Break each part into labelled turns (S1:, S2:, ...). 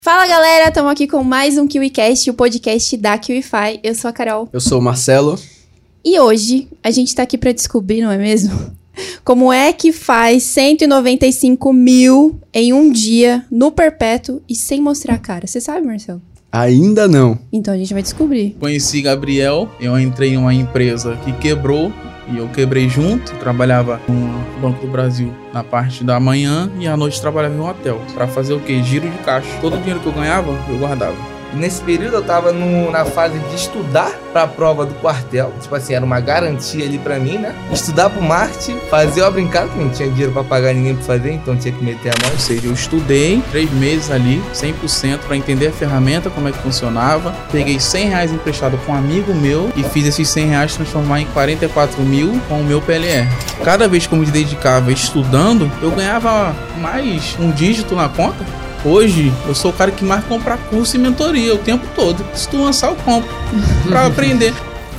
S1: Fala galera, estamos aqui com mais um KiwiCast, o podcast da KiwiFi. Eu sou a Carol.
S2: Eu sou o Marcelo.
S1: E hoje a gente tá aqui para descobrir, não é mesmo? Como é que faz 195 mil em um dia no perpétuo e sem mostrar a cara? Você sabe, Marcelo?
S2: Ainda não.
S1: Então a gente vai descobrir.
S3: Conheci Gabriel, eu entrei em uma empresa que quebrou e eu quebrei junto. Trabalhava no Banco do Brasil na parte da manhã e à noite trabalhava em um hotel. Pra fazer o quê? Giro de caixa. Todo o dinheiro que eu ganhava, eu guardava.
S4: Nesse período eu tava na fase de estudar pra prova do quartel. Tipo assim, era uma garantia ali pra mim, né? Estudar pro marketing, fazer obra em casa, porque não tinha dinheiro pra pagar ninguém pra fazer, então tinha que meter a mão.
S3: Ou seja, eu estudei 3 meses ali, 100%, pra entender a ferramenta, como é que funcionava. Peguei R$100 emprestado com um amigo meu e fiz esses R$100 transformar em 44 mil com o meu PLR. Cada vez que eu me dedicava estudando, eu ganhava mais um dígito na conta. Hoje, eu sou o cara que mais compra curso e mentoria o tempo todo. Se tu lançar, eu compro pra aprender.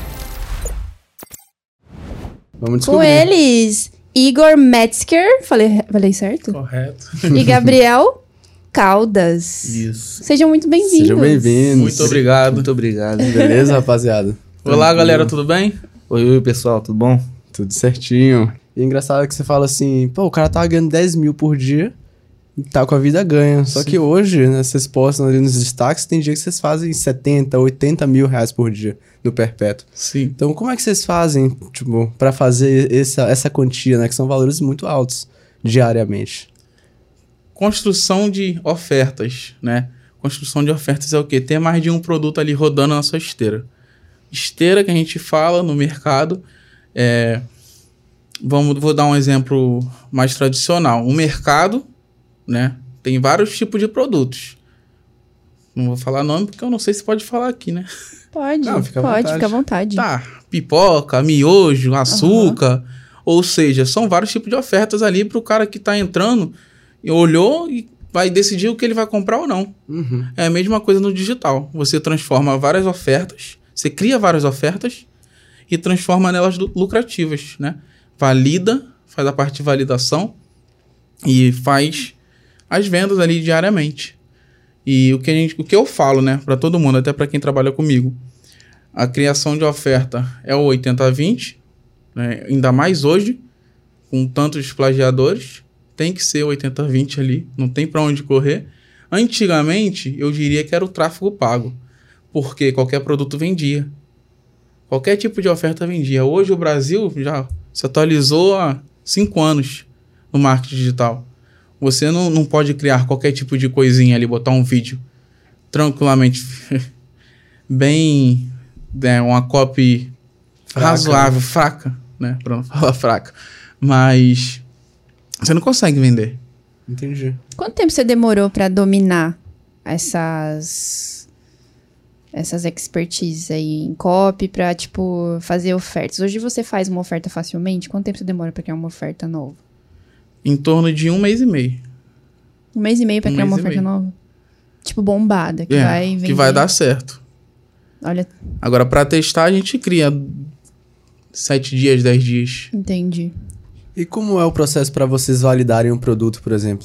S2: Vamos descobrir.
S1: Com eles, Igor Metzger, falei certo?
S3: Correto.
S1: E Gabriel Caldas.
S3: Isso.
S1: Sejam muito bem-vindos.
S2: Sejam bem-vindos.
S3: Muito obrigado.
S4: Muito obrigado.
S2: Beleza, rapaziada?
S3: Olá, galera, tudo bem?
S4: Oi, pessoal, tudo bom?
S2: Tudo certinho. E é engraçado que você fala assim, pô, o cara tá ganhando 10 mil por dia e tá com a vida ganha. Só que hoje, né, vocês postam ali nos destaques, tem dia que vocês fazem 70, 80 mil reais por dia no perpétuo.
S3: Sim.
S2: Então, como é que vocês fazem, tipo, pra fazer essa quantia, né? Que são valores muito altos diariamente.
S3: Construção de ofertas, né? Construção de ofertas é o quê? Ter mais de um produto ali rodando na sua esteira. Esteira que a gente fala no mercado vou dar um exemplo mais tradicional. O mercado, né, tem vários tipos de produtos. Não vou falar nome porque eu não sei se pode falar aqui, né?
S1: Pode,
S2: Não, fica à
S1: pode,
S2: vontade.
S1: fica à vontade.
S3: Tá, pipoca, miojo, açúcar. Ou seja, são vários tipos de ofertas ali para o cara que tá entrando e olhou e vai decidir o que ele vai comprar ou não.
S2: Uhum.
S3: É a mesma coisa no digital. Você transforma várias ofertas, você cria várias ofertas e transforma nelas lucrativas, né? Valida, faz a parte de validação e faz as vendas ali diariamente. E o que eu falo, né, para todo mundo, até para quem trabalha comigo, a criação de oferta é o 80-20, né? Ainda mais hoje, com tantos plagiadores, tem que ser 80-20 ali, não tem para onde correr. Antigamente, eu diria que era o tráfego pago, porque qualquer produto vendia. Qualquer tipo de oferta vendia. Hoje o Brasil já se atualizou há 5 anos no marketing digital. Você não pode criar qualquer tipo de coisinha ali, botar um vídeo tranquilamente, bem, uma copy razoável, fraca, né? Pra não falar fraca. Mas você não consegue vender.
S2: Entendi.
S1: Quanto tempo você demorou pra dominar essas expertises aí em copy pra, tipo, fazer ofertas? Hoje você faz uma oferta facilmente? Quanto tempo você demora pra criar uma oferta nova?
S3: Em torno de 1 mês e meio.
S1: 1 mês e meio pra criar uma
S3: mês e
S1: oferta
S3: meio.
S1: nova? Tipo, bombada, que vai vender.
S3: Que vai dar certo.
S1: Olha,
S3: Agora, pra testar, a gente cria 7 dias, 10 dias.
S1: entendi.
S2: E como é o processo para vocês validarem um produto, por exemplo?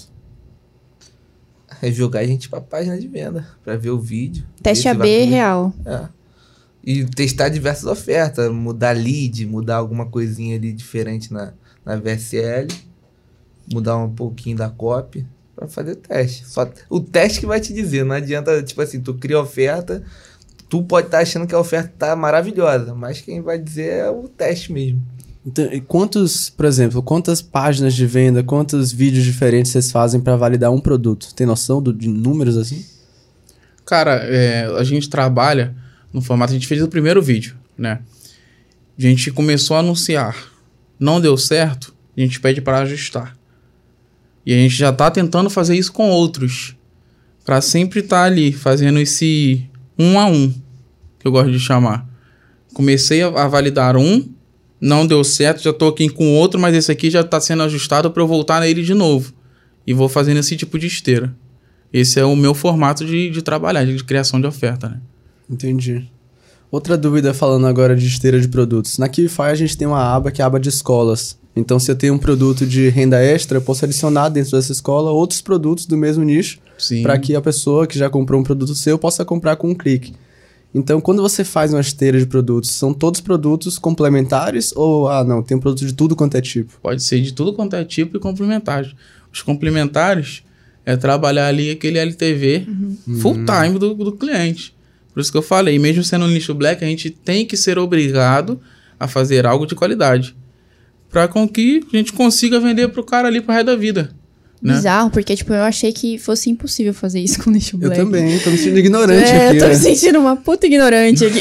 S4: É jogar a gente pra página de venda, pra ver o vídeo.
S1: Teste
S4: ver se
S1: AB
S4: vai comer.
S1: real.
S4: É. E testar diversas ofertas, mudar lead, mudar alguma coisinha ali diferente na VSL, mudar um pouquinho da copy pra fazer teste. Só o teste que vai te dizer, não adianta, tipo assim, tu cria a oferta, tu pode estar achando que a oferta tá maravilhosa, mas quem vai dizer é o teste mesmo.
S2: Então, e quantas páginas de venda, quantos vídeos diferentes vocês fazem para validar um produto? Tem noção de números assim?
S3: Cara, a gente trabalha no formato... A gente fez o primeiro vídeo, né? A gente começou a anunciar. Não deu certo, a gente pede para ajustar. E a gente já tá tentando fazer isso com outros. Para sempre estar ali, fazendo esse 1 a 1, que eu gosto de chamar. Comecei a validar não deu certo, já tô aqui com outro, mas esse aqui já tá sendo ajustado para eu voltar nele de novo. E vou fazendo esse tipo de esteira. Esse é o meu formato de trabalhar, de criação de oferta, né?
S2: Entendi. Outra dúvida falando agora de esteira de produtos. Na KiwiFi a gente tem uma aba que é a aba de escolas. Então, se eu tenho um produto de renda extra, eu posso adicionar dentro dessa escola outros produtos do mesmo nicho,
S3: Sim.
S2: para que a pessoa que já comprou um produto seu possa comprar com um clique. Então, quando você faz uma esteira de produtos, são todos produtos complementares ou, não, tem produto de tudo quanto é tipo?
S3: Pode ser de tudo quanto é tipo e complementares. Os complementares é trabalhar ali aquele LTV full time do cliente. Por isso que eu falei, mesmo sendo um nicho black, a gente tem que ser obrigado a fazer algo de qualidade. Para com que a gente consiga vender pro cara ali pro resto da vida. Né?
S1: Bizarro, porque, tipo, eu achei que fosse impossível fazer isso com nicho black.
S2: Eu também, tô me sentindo ignorante aqui.
S1: Eu tô
S2: né?
S1: me sentindo uma puta ignorante aqui.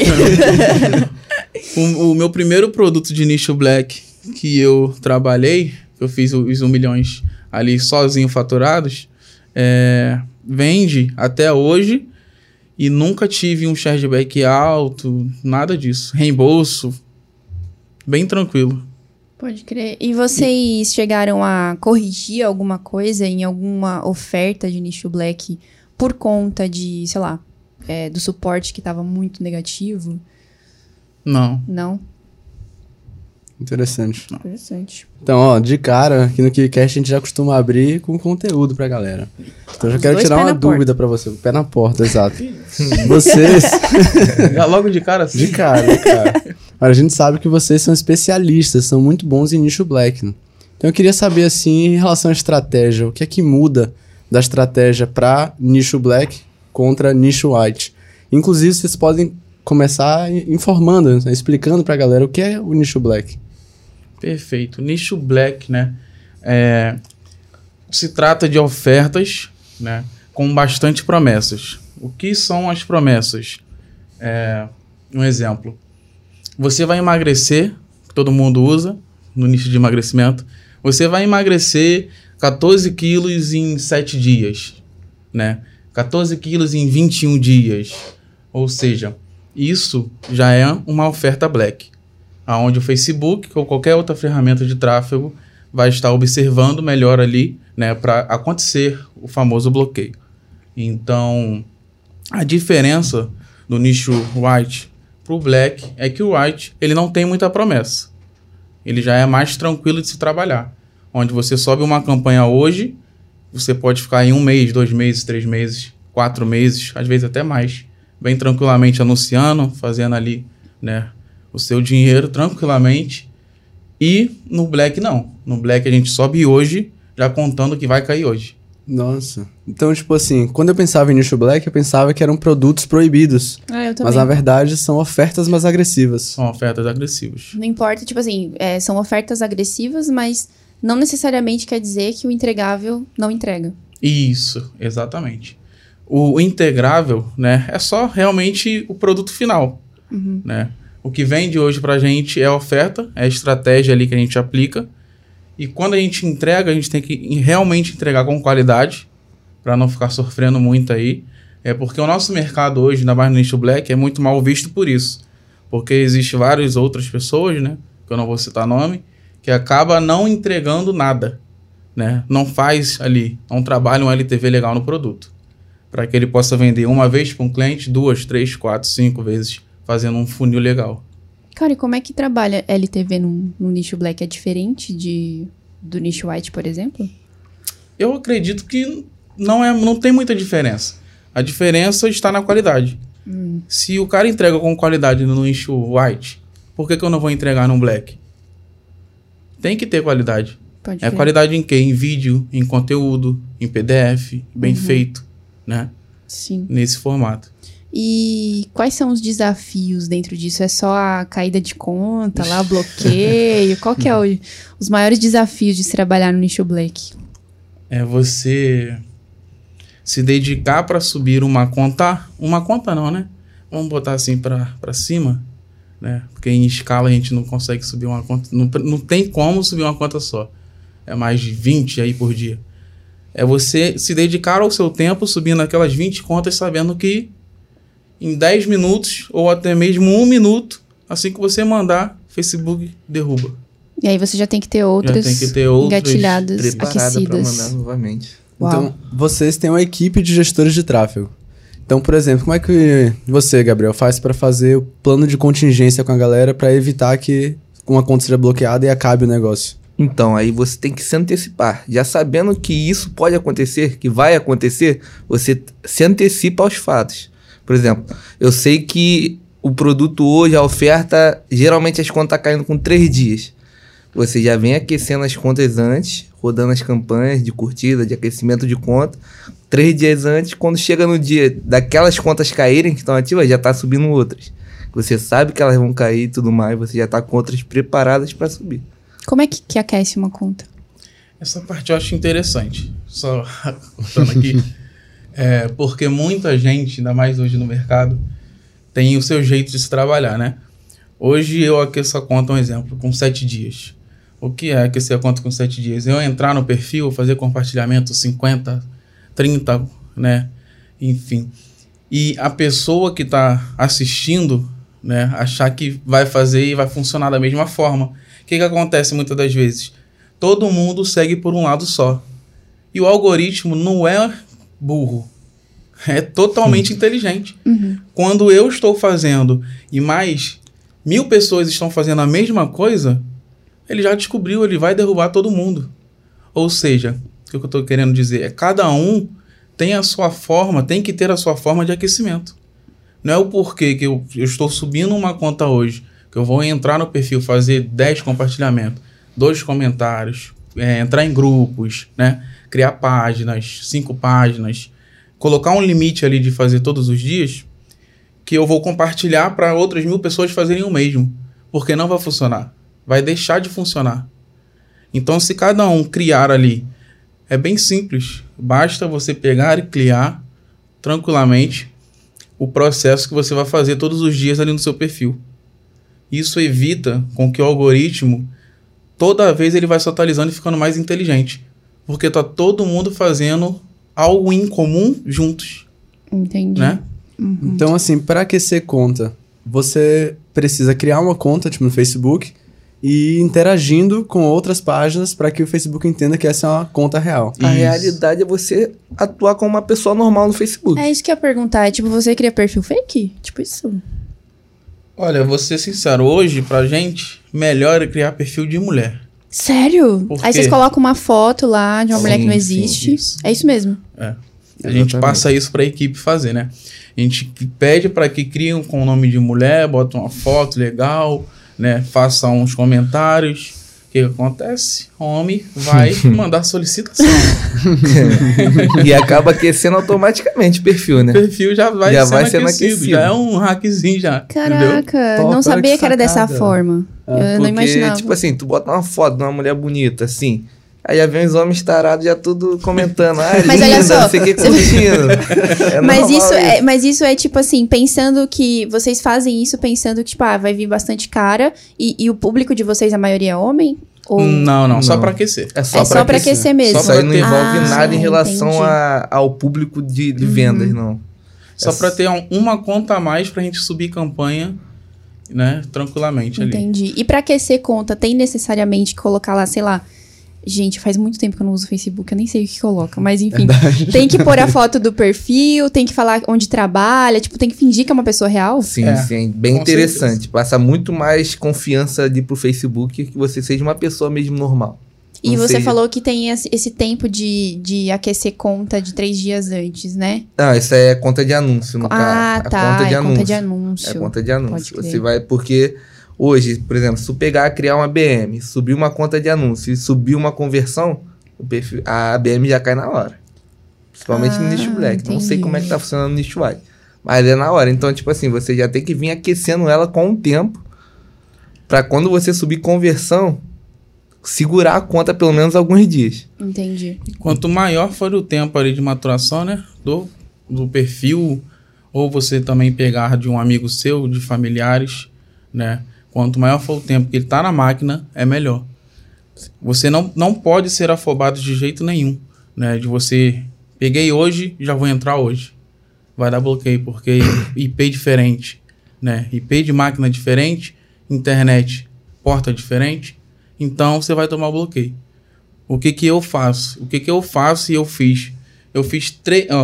S3: O meu primeiro produto de nicho black que eu trabalhei, eu fiz os 1 milhões ali sozinho faturados, vende até hoje e nunca tive um chargeback alto, nada disso. Reembolso, bem tranquilo.
S1: Pode crer. E vocês chegaram a corrigir alguma coisa em alguma oferta de nicho black por conta de, sei lá, do suporte que tava muito negativo?
S3: Não.
S1: Não?
S2: Interessante.
S1: Interessante.
S2: Então, ó, de cara, aqui no KiwiCast a gente já costuma abrir com conteúdo pra galera. Então, eu já
S1: Os
S2: quero
S1: dois
S2: tirar
S1: pé
S2: uma
S1: na
S2: dúvida pra você. Pé na porta, exato. Vocês...
S3: Já logo de cara assim?
S2: De cara. Mas a gente sabe que vocês são especialistas, são muito bons em nicho black. Né? Então eu queria saber, assim, em relação à estratégia, o que é que muda da estratégia para nicho black contra nicho white? Inclusive, vocês podem começar informando, né? Explicando pra galera o que é o nicho black.
S3: Perfeito. Nicho black, né? Se trata de ofertas, né? Com bastante promessas. O que são as promessas? Um exemplo. Você vai emagrecer, que todo mundo usa no nicho de emagrecimento. Você vai emagrecer 14 quilos em 7 dias, né? 14 quilos em 21 dias. Ou seja, isso já é uma oferta black, onde o Facebook ou qualquer outra ferramenta de tráfego vai estar observando melhor ali, né, para acontecer o famoso bloqueio. Então, a diferença do nicho white para o black é que o white ele não tem muita promessa. Ele já é mais tranquilo de se trabalhar. Onde você sobe uma campanha hoje, você pode ficar em 1 mês, 2 meses, 3 meses, 4 meses, às vezes até mais, bem tranquilamente anunciando, fazendo ali, né, o seu dinheiro tranquilamente. E no black não. No black a gente sobe hoje, já contando que vai cair hoje.
S2: Nossa. Então, tipo assim, quando eu pensava em nicho black, eu pensava que eram produtos proibidos.
S1: Eu também.
S2: Mas, na verdade, são ofertas mais agressivas.
S3: São ofertas agressivas.
S1: Não importa, tipo assim, são ofertas agressivas, mas não necessariamente quer dizer que o entregável não entrega.
S3: Isso, exatamente. O integrável, né, é só realmente o produto final, né? O que vende hoje pra gente é a oferta, é a estratégia ali que a gente aplica. E quando a gente entrega, a gente tem que realmente entregar com qualidade, para não ficar sofrendo muito aí. Porque o nosso mercado hoje, ainda mais no nicho black, é muito mal visto por isso. Porque existem várias outras pessoas, né, que eu não vou citar nome, que acaba não entregando nada, né? Não faz ali, não trabalha um LTV legal no produto. Para que ele possa vender uma vez para um cliente, 2, 3, 4, 5 vezes, fazendo um funil legal.
S1: Cara, e como é que trabalha LTV no nicho black? É diferente do nicho white, por exemplo?
S3: Eu acredito que não tem muita diferença. A diferença está na qualidade. Se o cara entrega com qualidade no nicho white, por que eu não vou entregar no black? Tem que ter qualidade.
S1: Pode ver.
S3: Qualidade em quê? Em vídeo, em conteúdo, em PDF, bem feito, né?
S1: Sim.
S3: Nesse formato.
S1: E quais são os desafios dentro disso? É só a caída de conta, lá, bloqueio? Qual que é os maiores desafios de se trabalhar no nicho black?
S3: É você se dedicar para subir uma conta não, né? Vamos botar assim para cima, né? Porque em escala a gente não consegue subir uma conta, não tem como subir uma conta só. É mais de 20 aí por dia. É você se dedicar ao seu tempo subindo aquelas 20 contas sabendo que em 10 minutos ou até mesmo 1 minuto, assim que você mandar, Facebook derruba.
S1: E aí você já tem que ter outras engatilhadas,
S4: preparada para
S1: aquecidas.
S4: mandar novamente.
S1: Uau.
S2: Então, vocês têm uma equipe de gestores de tráfego. Então, por exemplo, como é que você, Gabriel, faz para fazer o plano de contingência com a galera para evitar que uma conta seja bloqueada e acabe o negócio?
S4: Então, aí você tem que se antecipar. Já sabendo que isso pode acontecer, que vai acontecer, você se antecipa aos fatos. Por exemplo, eu sei que o produto hoje, a oferta, geralmente as contas estão caindo com 3 dias. Você já vem aquecendo as contas antes, rodando as campanhas de curtida, de aquecimento de conta. 3 dias antes, quando chega no dia daquelas contas caírem que estão ativas, já está subindo outras. Você sabe que elas vão cair e tudo mais, você já está com outras preparadas para subir.
S1: Como é que aquece uma conta?
S3: Essa parte eu acho interessante. Só contando aqui. Porque muita gente, ainda mais hoje no mercado, tem o seu jeito de se trabalhar, né? Hoje eu aqueço a conta, um exemplo, com 7 dias. O que é aquecer a conta com 7 dias? Eu entrar no perfil, fazer compartilhamento 50, 30, né? Enfim. E a pessoa que está assistindo, né, achar que vai fazer e vai funcionar da mesma forma. O que acontece muitas das vezes? Todo mundo segue por um lado só. E o algoritmo não é burro. É totalmente inteligente.
S1: Uhum.
S3: Quando eu estou fazendo e mais 1000 pessoas estão fazendo a mesma coisa, ele já descobriu, ele vai derrubar todo mundo. Ou seja, o que eu estou querendo dizer é cada um tem a sua forma, tem que ter a sua forma de aquecimento. Não é o porquê que eu estou subindo uma conta hoje, que eu vou entrar no perfil, fazer 10 compartilhamentos, 2 comentários, entrar em grupos, né? Criar páginas, 5 páginas, colocar um limite ali de fazer todos os dias, que eu vou compartilhar para outras 1000 pessoas fazerem o mesmo. Porque não vai funcionar. Vai deixar de funcionar. Então, se cada um criar ali, é bem simples. Basta você pegar e criar tranquilamente o processo que você vai fazer todos os dias ali no seu perfil. Isso evita com que o algoritmo, toda vez ele vai se atualizando e ficando mais inteligente. Porque tá todo mundo fazendo algo em comum juntos.
S1: Entendi.
S3: Né?
S1: Uhum.
S2: Então, assim, para aquecer conta, você precisa criar uma conta, tipo no Facebook, e ir interagindo com outras páginas para que o Facebook entenda que essa é uma conta real.
S4: A
S3: Isso.
S4: realidade é você atuar como uma pessoa normal no Facebook.
S1: É isso que eu ia perguntar. É tipo, você cria perfil fake? Tipo isso?
S3: Olha, vou ser sincero, hoje, pra gente, melhor é criar perfil de mulher.
S1: Sério?
S3: Por
S1: Aí
S3: quê?
S1: vocês colocam uma foto lá de uma
S4: Sim,
S1: mulher que não
S4: sim,
S1: existe.
S3: isso.
S1: É isso mesmo.
S3: A gente
S2: Exatamente.
S3: passa isso pra equipe fazer, né? A gente pede para que criem com o nome de mulher, bota uma foto legal, né? Faça uns comentários. O que acontece? O homem vai mandar solicitação.
S4: E acaba aquecendo automaticamente o perfil, né?
S3: O perfil já vai sendo aquecido. Já é um hackzinho já. Entendeu?
S1: Caraca,
S2: Top,
S1: não
S2: olha
S1: sabia
S2: que
S1: que era dessa
S2: sacada.
S1: forma. Eu não
S4: Porque,
S1: imaginava.
S4: tipo assim, tu bota uma foto de uma mulher bonita, assim. Aí já vem os homens tarados já tudo comentando. Ah,
S1: Mas
S4: linda,
S1: olha só,
S4: não sei o que, curtindo. É
S1: Mas
S4: normal
S1: isso é tipo assim, pensando que vocês fazem isso pensando que, tipo, vai vir bastante cara e o público de vocês, a maioria é homem? Ou...
S3: Não, só
S4: Não.
S3: para aquecer.
S4: É
S1: É só pra aquecer mesmo.
S4: Isso aí não envolve
S1: Ah,
S4: nada em relação
S1: entendi.
S4: ao público de vendas, não.
S3: Só para ter uma conta a mais pra gente subir campanha, né? Tranquilamente ali.
S1: Entendi. E pra aquecer conta, tem necessariamente que colocar lá, sei lá... Gente, faz muito tempo que eu não uso o Facebook, eu nem sei o que coloca. Mas enfim, tem que pôr a foto do perfil, tem que falar onde trabalha, tipo, tem que fingir que é uma pessoa real?
S4: Sim,
S3: É,
S4: sim. Bem
S3: com
S4: interessante.
S3: certeza.
S4: Passa muito mais confiança ali pro Facebook que você seja uma pessoa mesmo normal.
S1: E
S4: Não
S1: você
S4: seja-
S1: falou que tem esse tempo de aquecer conta de 3 dias antes, né?
S4: Não, isso aí é conta de anúncio, no caso.
S1: Ah,
S4: É
S1: tá.
S4: conta de
S1: É
S4: anúncio.
S1: conta de anúncio.
S4: É conta de anúncio.
S1: Pode
S4: Você
S1: crer.
S4: vai, porque hoje, por exemplo, se tu pegar, criar uma BM, subir uma conta de anúncio e subir uma conversão, o perfil, a BM já cai na hora. Principalmente no nicho black. Não sei
S1: entendi.
S4: como é que tá funcionando no nicho white. Mas é na hora. Então, tipo assim, você já tem que vir aquecendo ela com o tempo pra quando você subir conversão, segurar a conta pelo menos alguns dias.
S1: Entendi.
S3: Quanto maior for o tempo ali de maturação, né? Do perfil, ou você também pegar de um amigo seu, de familiares, né? Quanto maior for o tempo que ele tá na máquina, é melhor. Você não pode ser afobado de jeito nenhum, né? De você, peguei hoje, já vou entrar hoje. Vai dar bloqueio, porque IP diferente, né? IP de máquina diferente, internet, porta diferente. Então, você vai tomar bloqueio. O que eu faço? O que eu faço e eu fiz? Eu fiz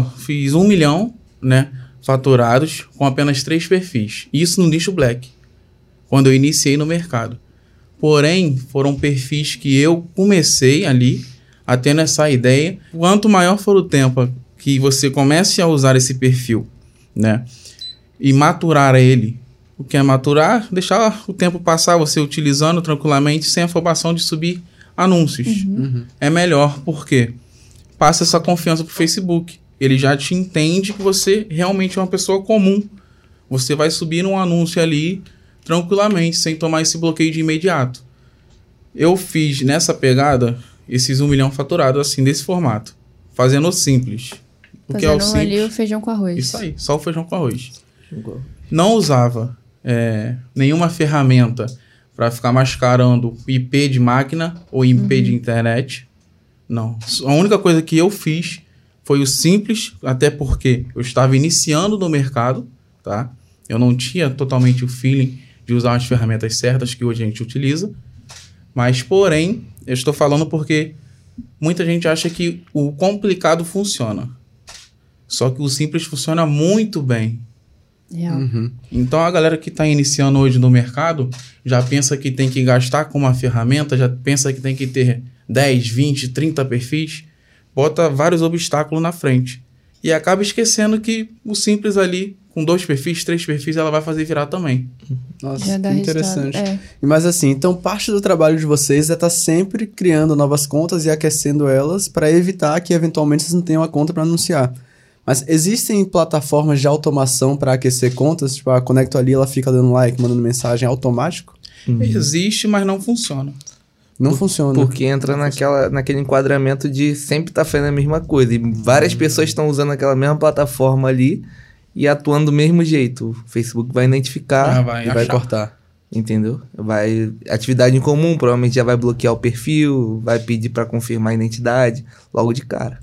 S3: 1 milhão, né? Faturados com apenas 3 perfis. Isso no nicho black. Quando eu iniciei no mercado. Porém, foram perfis que eu comecei ali a tendo essa ideia. Quanto maior for o tempo que você comece a usar esse perfil, né? E maturar ele. O que é maturar? Deixar o tempo passar, você utilizando tranquilamente, sem afobação de subir anúncios. É melhor, porque passa essa confiança pro Facebook. Ele já te entende que você realmente é uma pessoa comum. Você vai subir um anúncio ali tranquilamente, sem tomar esse bloqueio de imediato. Eu fiz nessa pegada esses 1 milhão faturado assim, desse formato. Fazendo simples. O que é o
S1: Fazendo
S3: simples?
S1: ali o feijão com arroz.
S3: Isso aí, só o feijão com arroz. Não usava nenhuma ferramenta para ficar mascarando IP de máquina ou IP de internet. Não. A única coisa que eu fiz foi o simples, até porque eu estava iniciando no mercado, tá? Eu não tinha totalmente o feeling de usar as ferramentas certas que hoje a gente utiliza. Mas, porém, eu estou falando porque muita gente acha que o complicado funciona. Só que o simples funciona muito bem.
S1: Real.
S3: Então, a galera que está iniciando hoje no mercado já pensa que tem que gastar com uma ferramenta, já pensa que tem que ter 10, 20, 30 perfis, bota vários obstáculos na frente. E acaba esquecendo que o simples ali, com 2 perfis, 3 perfis, ela vai fazer virar também.
S2: Nossa,
S1: Já
S2: que
S1: dá
S2: interessante.
S1: resultado.
S2: Mas assim, então parte do trabalho de vocês é estar sempre criando novas contas e aquecendo elas para evitar que eventualmente vocês não tenham a conta para anunciar. Mas existem plataformas de automação para aquecer contas? Tipo, conecto ali, ela fica dando like, mandando mensagem automático?
S3: Existe, mas não funciona.
S2: Não funciona.
S4: Porque entra naquele enquadramento de sempre estar fazendo a mesma coisa. E várias pessoas estão usando aquela mesma plataforma ali e atuando do mesmo jeito. O Facebook vai identificar
S3: vai
S2: E vai
S3: achar.
S2: cortar.
S4: entendeu? Atividade em comum, provavelmente já vai bloquear o perfil, vai pedir para confirmar a identidade logo de cara.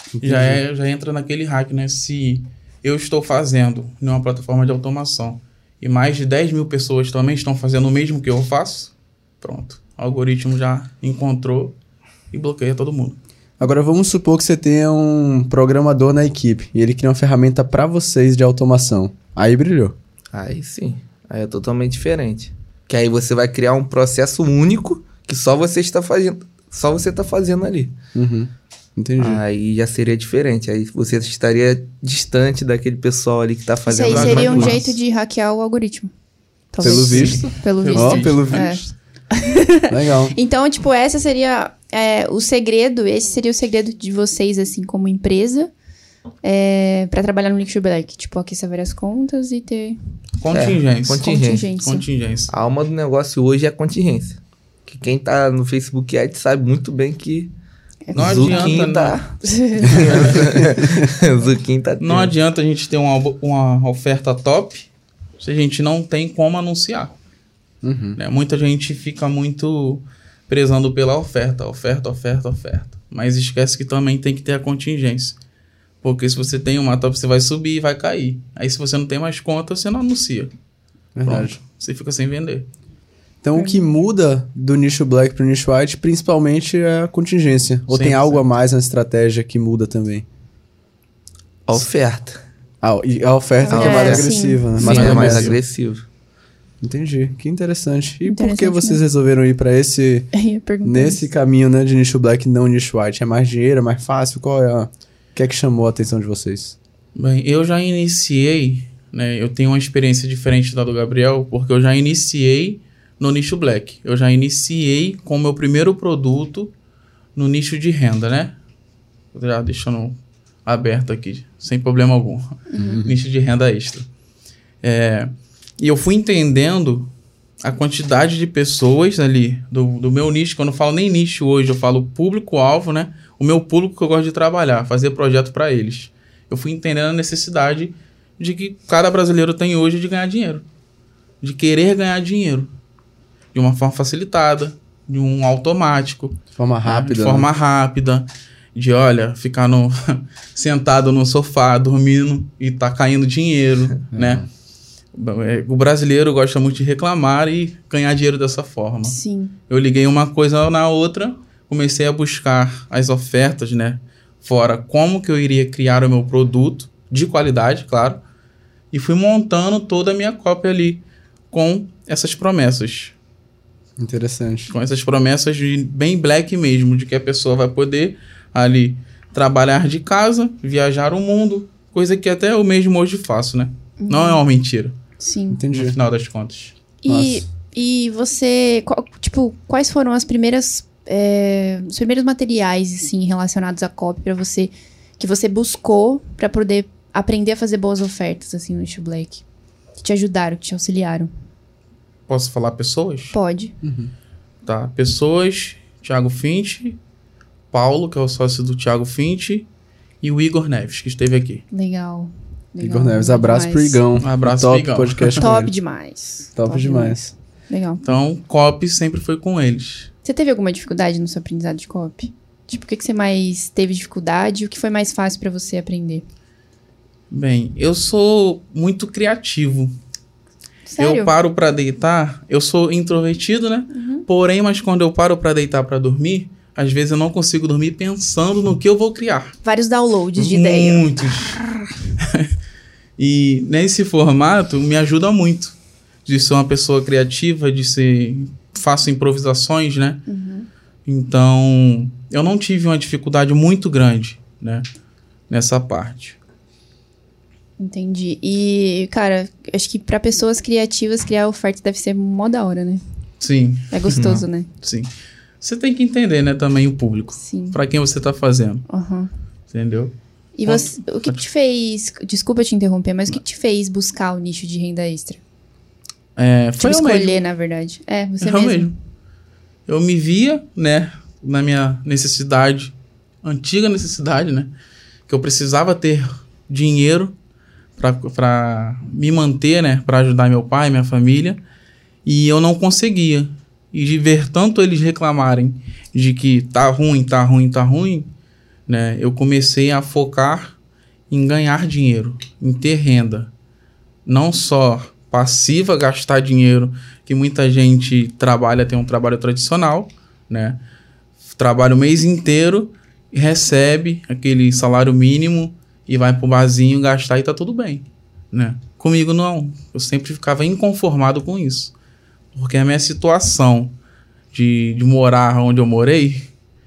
S3: Já entra naquele hack, né? Se eu estou fazendo em uma plataforma de automação e mais de 10 mil pessoas também estão fazendo o mesmo que eu faço, pronto. O algoritmo já encontrou e bloqueia todo mundo.
S2: Agora vamos supor que você tenha um programador na equipe e ele cria uma ferramenta para vocês de automação. Aí brilhou.
S4: Aí sim, aí é totalmente diferente. Que aí você vai criar um processo único que só você está fazendo ali.
S2: Uhum. Entendi.
S4: Aí já seria diferente. Aí você estaria distante daquele pessoal ali que está
S1: Isso
S4: fazendo
S1: aí
S4: as
S1: seria um
S4: manipulações.
S1: jeito de hackear o algoritmo.
S2: Pelo visto.
S1: Pelo visto.
S2: Ó, pelo
S1: É.
S2: visto. Legal.
S1: Então, tipo, essa seria o segredo, esse seria o segredo de vocês, assim, como empresa, pra trabalhar no Liquid Black. Tipo, aquecer várias contas e ter
S3: Contingência.
S1: contingência.
S4: A alma do negócio hoje é a contingência. Que quem tá no Facebook Ads sabe muito bem que
S3: Não
S4: Zuquinho
S3: adianta,
S4: Zuquinho tá
S3: não adianta a gente ter uma oferta top se a gente não tem como anunciar.
S2: Uhum.
S3: Né? Muita gente fica muito prezando pela oferta. Mas esquece que também tem que ter a contingência. Porque se você tem uma top, você vai subir e vai cair. Aí se você não tem mais conta, você não anuncia.
S2: Verdade.
S3: Pronto. Você fica sem vender.
S2: Então, o que muda do nicho black para o nicho white, principalmente, é a contingência. Ou tem
S3: 100%.
S2: algo a mais na estratégia que muda também?
S4: a oferta.
S2: E a oferta que é mais
S1: sim.
S2: agressiva, né?
S4: Sim,
S2: Mais
S4: é mais
S2: promessa.
S4: agressivo.
S2: Entendi. Que interessante. E por que
S1: Interessante
S2: vocês
S1: mesmo.
S2: resolveram ir para esse...
S1: Eu ia perguntar
S2: Nesse
S1: isso.
S2: caminho, né, de nicho black, não nicho white? É mais dinheiro, é mais fácil? Qual é o que é que chamou a atenção de vocês?
S3: Bem, eu já iniciei, né? Eu tenho uma experiência diferente da do Gabriel, porque eu já iniciei no nicho black. Eu já iniciei com o meu primeiro produto no nicho de renda, né? Já deixando aberto aqui, sem problema algum. Nicho de renda extra. E eu fui entendendo a quantidade de pessoas ali do meu nicho, quando eu falo nem nicho hoje, eu falo público-alvo, né? O meu público que eu gosto de trabalhar, fazer projeto para eles. Eu fui entendendo a necessidade de que cada brasileiro tem hoje de ganhar dinheiro. De querer ganhar dinheiro. De uma forma facilitada, de um automático.
S2: De forma rápida.
S3: De forma rápida. De, olha, ficar sentado no sofá, dormindo e tá caindo dinheiro, né? O brasileiro gosta muito de reclamar e ganhar dinheiro dessa forma.
S1: Sim.
S3: Eu liguei uma coisa na outra, comecei a buscar as ofertas, né? Fora como que eu iria criar o meu produto, de qualidade, claro. E fui montando toda a minha cópia ali com essas promessas.
S2: Interessante.
S3: Com essas promessas bem black mesmo, de que a pessoa vai poder ali trabalhar de casa, viajar o mundo, coisa que até eu mesmo hoje faço, né? Não é uma mentira,
S1: Sim.
S2: Entendi.
S3: no final das contas.
S1: E você, quais foram os primeiros materiais, assim, relacionados à copy pra você, que você buscou pra poder aprender a fazer boas ofertas, assim, no Nicho Black? Que te ajudaram, que te auxiliaram?
S3: Posso falar pessoas?
S1: Pode.
S3: Tá, pessoas, Thiago Finch, Paulo, que é o sócio do Thiago Finch, e o Igor Neves, que esteve aqui.
S1: Legal.
S2: Igor Neves, abraço pro Igão.
S3: Um abraço
S2: Top
S3: pro Igão.
S2: podcast com
S1: Top
S2: ele.
S1: demais.
S2: Top demais.
S1: Legal.
S3: Então, copy sempre foi com eles.
S1: Você teve alguma dificuldade no seu aprendizado de copy? Tipo, o que você mais teve dificuldade e o que foi mais fácil pra você aprender?
S3: Bem, eu sou muito criativo.
S1: Sério?
S3: Eu paro pra deitar, eu sou introvertido, né? Porém, mas quando eu paro pra deitar pra dormir, às vezes eu não consigo dormir pensando no que eu vou criar.
S1: Vários downloads de ideia.
S3: Muitos. E nesse formato me ajuda muito. De ser uma pessoa criativa, faço improvisações, né? Então, eu não tive uma dificuldade muito grande, né? Nessa parte.
S1: Entendi. E, cara, acho que pra pessoas criativas, criar oferta deve ser mó da hora, né?
S3: Sim,
S1: É gostoso, né?
S3: sim. Você tem que entender, né, também o público.
S1: Sim.
S3: Pra quem você tá fazendo,
S1: Aham.
S3: entendeu?
S1: E você, o que te fez... Desculpa te interromper, mas o que te fez buscar o nicho de renda extra?
S3: Foi
S1: Tipo,
S3: eu
S1: escolher,
S3: mesmo.
S1: na verdade. É, você
S3: Eu
S1: mesmo.
S3: mesmo. Eu me via, né, na minha necessidade, antiga necessidade, né, que eu precisava ter dinheiro pra me manter, né, pra ajudar meu pai, minha família, e eu não conseguia. E de ver tanto eles reclamarem de que tá ruim, né, eu comecei a focar em ganhar dinheiro, em ter renda. Não só passiva, gastar dinheiro, que muita gente trabalha, tem um trabalho tradicional, né? Trabalha o mês inteiro e recebe aquele salário mínimo e vai pro barzinho gastar e tá tudo bem, né? Comigo não, eu sempre ficava inconformado com isso, porque a minha situação de morar onde eu morei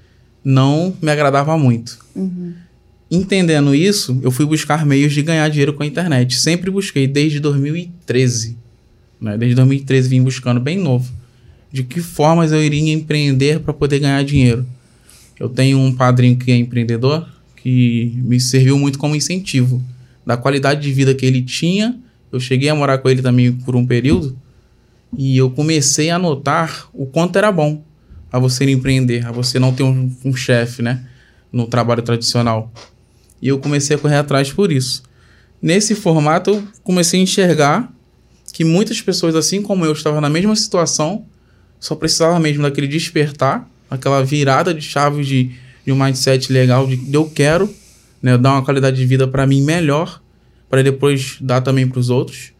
S3: não me agradava muito. Entendendo isso, eu fui buscar meios de ganhar dinheiro com a internet. Sempre busquei, desde 2013. Né? Desde 2013 vim buscando bem novo. De que formas eu iria empreender para poder ganhar dinheiro. Eu tenho um padrinho que é empreendedor, que me serviu muito como incentivo. Da qualidade de vida que ele tinha, eu cheguei a morar com ele também por um período, e eu comecei a notar o quanto era bom a você empreender, a você não ter um chefe, né? No trabalho tradicional. E eu comecei a correr atrás por isso. Nesse formato, eu comecei a enxergar que muitas pessoas, assim como eu, estavam na mesma situação, só precisava mesmo daquele despertar, aquela virada de chave de um mindset legal, de eu quero, né, dar uma qualidade de vida para mim melhor, para depois dar também para os outros.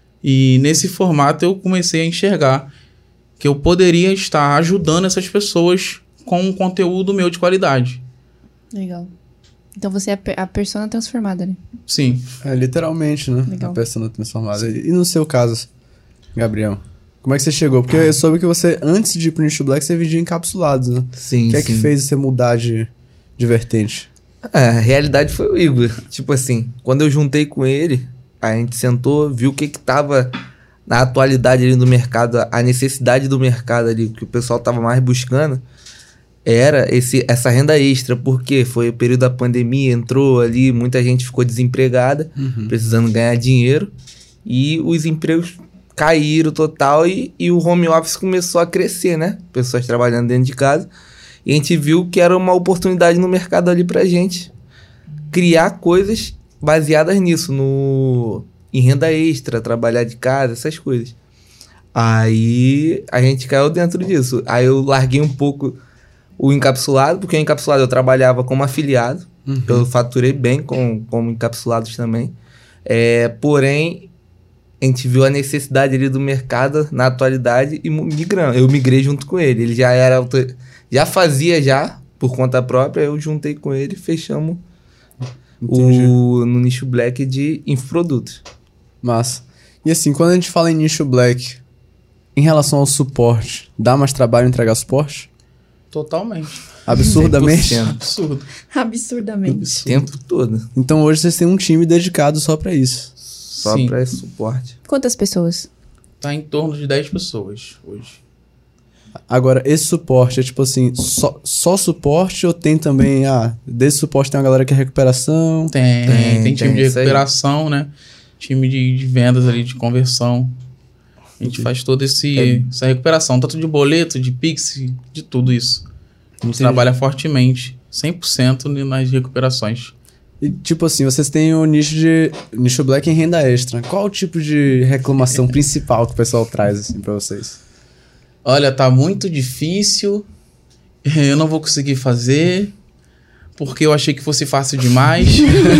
S3: E nesse formato eu comecei a enxergar que eu poderia estar ajudando essas pessoas com um conteúdo meu de qualidade.
S1: Legal. Então você é a persona transformada, né?
S3: Sim.
S2: É, literalmente, né?
S1: Legal.
S2: A persona transformada. E no seu caso, Gabriel? Como é que você chegou? Porque eu soube que você, antes de ir pro Nicho Black, você vendia encapsulados, né?
S4: Sim,
S2: O que é que fez você mudar de vertente?
S4: A realidade foi o Igor. Tipo assim, quando eu juntei com ele, a gente sentou, viu o que tava na atualidade ali no mercado, a necessidade do mercado ali, que o pessoal tava mais buscando, era essa renda extra, porque foi o período da pandemia, entrou ali, muita gente ficou desempregada, precisando ganhar dinheiro, e os empregos caíram total, e o home office começou a crescer, né? Pessoas trabalhando dentro de casa, e a gente viu que era uma oportunidade no mercado ali pra gente criar coisas baseadas nisso, em renda extra, trabalhar de casa, essas coisas. Aí a gente caiu dentro disso. Aí eu larguei um pouco o encapsulado, porque o encapsulado eu trabalhava como afiliado, eu faturei bem como encapsulados também. Porém, a gente viu a necessidade ali do mercado na atualidade e eu migrei junto com ele. Ele já fazia por conta própria, eu juntei com ele e fechamos no Nicho Black de infoprodutos.
S2: Massa. E assim, quando a gente fala em Nicho Black, Em relação ao suporte, dá mais trabalho entregar suporte?
S3: Totalmente.
S2: Absurdamente?
S4: 100%.
S3: Absurdo.
S1: Absurdamente.
S4: O tempo todo.
S2: Então hoje vocês têm um time dedicado só pra isso.
S4: Só
S3: Sim.
S4: pra esse suporte.
S1: Quantas pessoas?
S3: Tá em torno de 10 pessoas hoje.
S2: Agora, esse suporte é tipo assim, só suporte ou tem também, desse suporte tem uma galera que é recuperação?
S3: Tem time de
S4: isso aí.
S3: recuperação, né? Time de vendas ali, de conversão. A gente faz toda essa recuperação, tanto de boleto, de Pix, de tudo isso. A gente trabalha fortemente, 100% nas recuperações.
S2: E tipo assim, vocês têm o nicho black em renda extra. Qual o tipo de reclamação principal que o pessoal traz assim pra vocês?
S3: Olha, tá muito difícil, eu não vou conseguir fazer, porque eu achei que fosse fácil demais.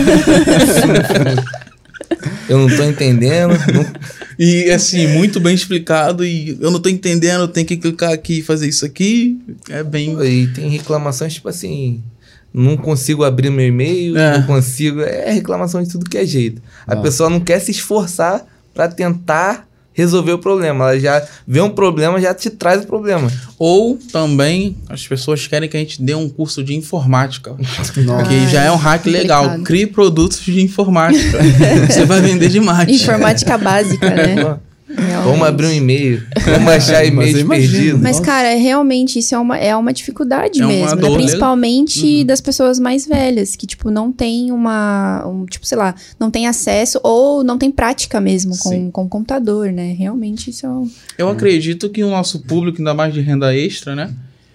S4: Eu não tô entendendo.
S3: E assim, muito bem explicado, e eu não tô entendendo, eu tenho que clicar aqui e fazer isso aqui. É bem...
S4: E tem reclamações tipo assim... Não consigo abrir meu e-mail, não consigo... É reclamação de tudo que é jeito. A pessoa não quer se esforçar pra tentar resolver o problema. Ela já vê um problema, já te traz o problema.
S3: Ou também as pessoas querem que a gente dê um curso de informática. Que já é um hack legal.
S1: complicado.
S3: Crie produtos de informática. Você vai vender demais.
S1: Informática básica, né?
S4: Como abrir um e-mail, como achar e-mail perdido.
S1: Mas, cara, realmente isso é uma dificuldade
S3: É uma
S1: mesmo, né?
S3: dor, né?
S1: Principalmente das pessoas mais velhas, que, tipo, não tem tipo, sei lá, não tem acesso ou não tem prática mesmo com o computador, né? Realmente isso é
S3: Eu acredito que o nosso público, ainda mais de renda extra, né?